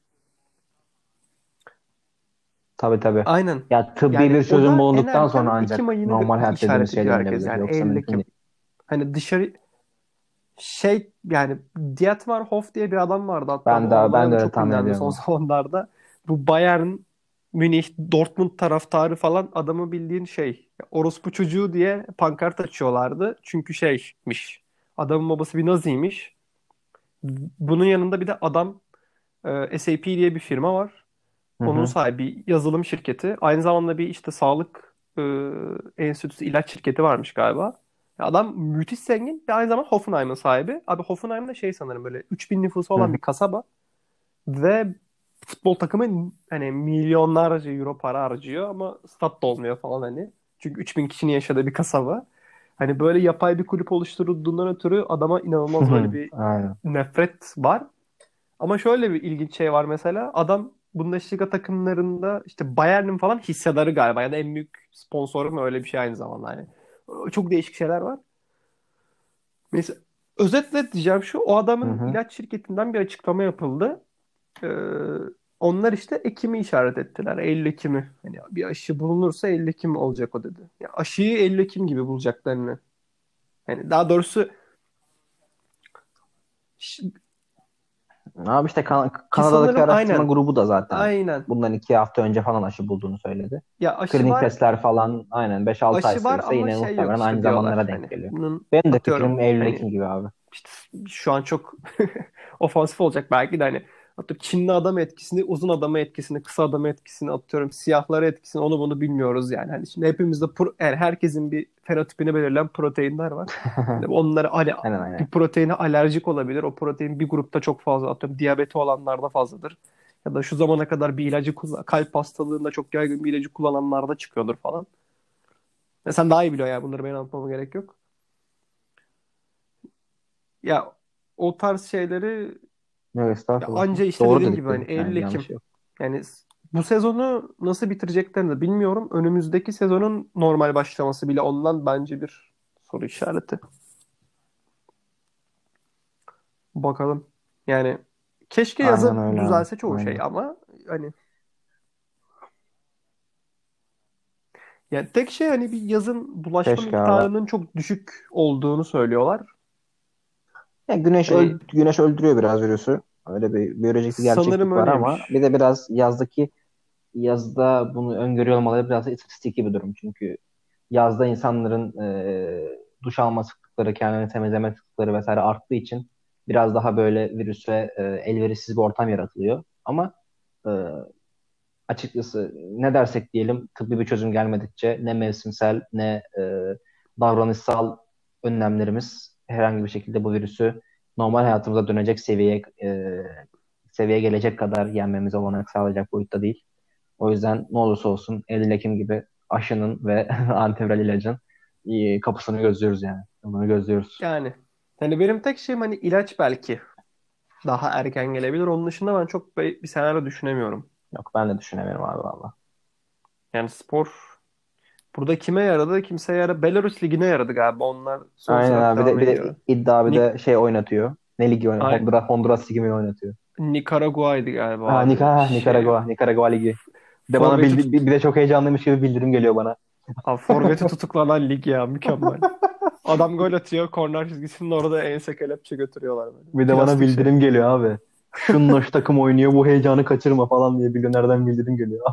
Tabii tabii. aynen, Ya tıbbi yani bir o çözüm da en bulunduktan sonra erken Ekim ancak ayını normal gö- hayat dediğimiz işaret şey ediyor herkes, dönülebilir. yani Yoksa Eylül mümkün Ekim. değil. Hani dışarı şey, yani Dietmar Hof diye bir adam vardı, hatta Ben bu de ben olay de da öyle çok tahmin gündemde ediyorum son abi. zamanlarda. Bu Bayern Münih Dortmund taraftarı falan adamı bildiğin şey orospu çocuğu diye pankart açıyorlardı. Çünkü şeymiş, adamın babası bir Naziymiş. Bunun yanında bir de adam, e, S A P diye bir firma var. Hı Onun hı. sahibi yazılım şirketi. Aynı zamanda bir işte sağlık e, enstitüsü, ilaç şirketi varmış galiba. Ya adam müthiş zengin ve aynı zamanda Hoffenheim'ın sahibi. Abi Hoffenheim da şey, sanırım böyle üç bin nüfusu Hı olan hı. bir kasaba ve futbol takımı hani milyonlarca euro para harcıyor ama stat da olmuyor falan hani. Çünkü üç bin kişinin yaşadığı bir kasaba. Hani böyle yapay bir kulüp oluşturulduğundan ötürü adama inanılmaz böyle bir Aynen. nefret var. Ama şöyle bir ilginç şey var mesela. Adam Bundesliga takımlarında işte Bayern'in falan hissedarı galiba, ya da en büyük sponsoru mu, öyle bir şey aynı zamanda hani. Çok değişik şeyler var. Mesela özetle diyeceğim şu: o Hı adamın hı. ilaç şirketinden bir açıklama yapıldı. Ee, onlar işte Ekim'i işaret ettiler. Eylül Ekim'i. Hani bir aşı bulunursa Eylül Ekim olacak o dedi. Ya aşıyı Eylül Ekim gibi bulacaklarını. Yani daha doğrusu ş- Abi işte Kan- ki Kanada'daki sanırım araştırma aynen. grubu da zaten Aynen. bundan iki hafta önce falan aşı bulduğunu söyledi. Ya aşı Klinik var, testler falan aynen beş altı ay aşı var sürse ama yine şey yok muhtemelen aynı işte diyorlar. zamanlara denk Hani geliyor. bunun Benim de fikrim atıyorum Eylül-Ekim hani gibi abi. işte şu an çok ofansif olacak belki de, hani atıyorum Çinli adam etkisini, uzun adamı etkisini, kısa adamı etkisini, atıyorum siyahları etkisini, onu bunu bilmiyoruz yani. Hani şimdi hepimizde pro- yani herkesin bir fenotipini belirleyen proteinler var. Hani onları hani Aynen bir aynen. proteine alerjik olabilir. O protein bir grupta çok fazla, atıyorum diyabeti olanlarda fazladır. Ya da şu zamana kadar bir ilacı kullan, kalp hastalığında çok yaygın bir ilacı kullananlarda çıkıyordur falan. Ya sen daha iyi biliyorsun ya, bunları benim anlatmama gerek yok. Ya o tarz şeyleri, Yok ya estağfurullah. anca işte Doğru dediğim gibi hani dediklerim. Eylül Yani bir yanlış Ekim. yok. Yani s- bu sezonu nasıl bitireceklerini de bilmiyorum. Önümüzdeki sezonun normal başlaması bile ondan bence bir soru işareti. Bakalım. Yani keşke Aynen yaza öyle abi. düzelse çoğu şey Aynen. ama hani, yani tek şey, hani bir yazın bulaşma Keşke abi. miktarının çok düşük olduğunu söylüyorlar. Ya güneş öl Hani güneş öldürüyor biraz virüsü. Öyle bir biyolojik bir sanırım gerçeklik var ama öyleymiş. bir de biraz yazdaki yazda bunu öngörüyor olmaları biraz da istatistiki bir durum. Çünkü yazda insanların e, duş alma sıklıkları, kendini temizleme sıklıkları vesaire arttığı için biraz daha böyle virüse e, elverişsiz bir ortam yaratılıyor. Ama e, açıkçası ne dersek diyelim tıbbi bir çözüm gelmedikçe ne mevsimsel ne e, davranışsal önlemlerimiz herhangi bir şekilde bu virüsü normal hayatımıza dönecek seviyeye e, seviyeye gelecek kadar yenmemize olanak sağlayacak boyutta değil. O yüzden ne olursa olsun Eylül Ekim gibi aşının ve antiviral ilacın e, kapısını gözlüyoruz yani. Bunu gözlüyoruz. Yani hani benim tek şeyim hani ilaç belki daha erken gelebilir. Onun dışında ben çok bir bir senaryo düşünemiyorum. Yok ben de düşünemiyorum abi valla. Yani spor burada kime yaradı? Kimseye yaradı. Belarus Ligi'ne yaradı galiba. Onlar Aynen sonsuza kadar abi. Bir devam de, bir de ediyor. iddia bir Ni de şey oynatıyor. Ne ligi oynatıyor? Ay, Honduras, Honduras Ligi mi oynatıyor? Nikaragua'ydı galiba Ha, abi. Nika, Şey, Nikaragua. Nikaragua Ligi. Bir de bana Forvet'i bildi, tut bir bir de çok heyecanlıymış gibi bildirim geliyor bana. abi, Forvet'i tutuklanan lig ya, mükemmel. Adam gol atıyor. Korner çizgisinin orada ense kelepçe götürüyorlar böyle. Bir de bana Plastik şey. bildirim geliyor abi. Şununla şu takım oynuyor bu heyecanı kaçırma falan diye milyonerden bildirim geliyor.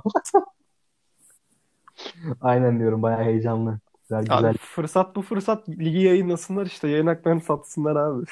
Aynen diyorum bayağı heyecanlı. Güzel Abi güzel. fırsat bu fırsat, ligi yayınlasınlar işte. Yayın haklarını satsınlar abi.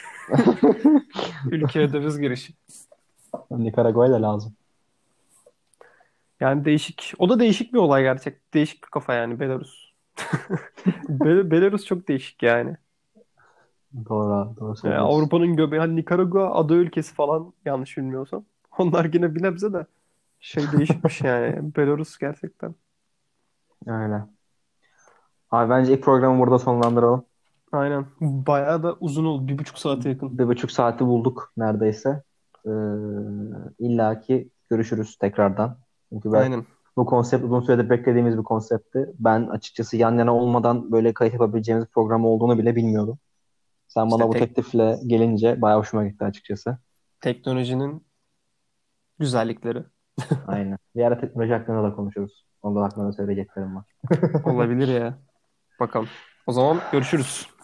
Ülkeye döviz girişi. Nikaragua da lazım. Yani değişik. O da değişik bir olay gerçek. Değişik bir kafa yani Belarus. Be- Belarus çok değişik yani. Doğru, doğru Yani söylüyorsun. Avrupa'nın göbeği. Hani Nikaragua ada ülkesi falan yanlış bilmiyorsam. Onlar yine bir nebze de şey değişikmiş yani. Belarus gerçekten. Öyle. Abi bence ilk programı burada sonlandıralım. Aynen. Bayağı da uzun oldu. Bir buçuk saate yakın. Bir buçuk saati bulduk neredeyse. Ee, illa ki görüşürüz tekrardan. Çünkü ben Aynen. bu konsept uzun süredir beklediğimiz bir konseptti. Ben açıkçası yan yana olmadan böyle kayıt yapabileceğimiz bir program olduğunu bile bilmiyordum. Sen bana İşte bu tek teklifle gelince bayağı hoşuma gitti açıkçası. teknolojinin güzellikleri Aynen. Bir ara teknoloji hakkında da konuşuruz. Onda hakkında da söyleyeceklerim var. olabilir ya. Bakalım. O zaman görüşürüz.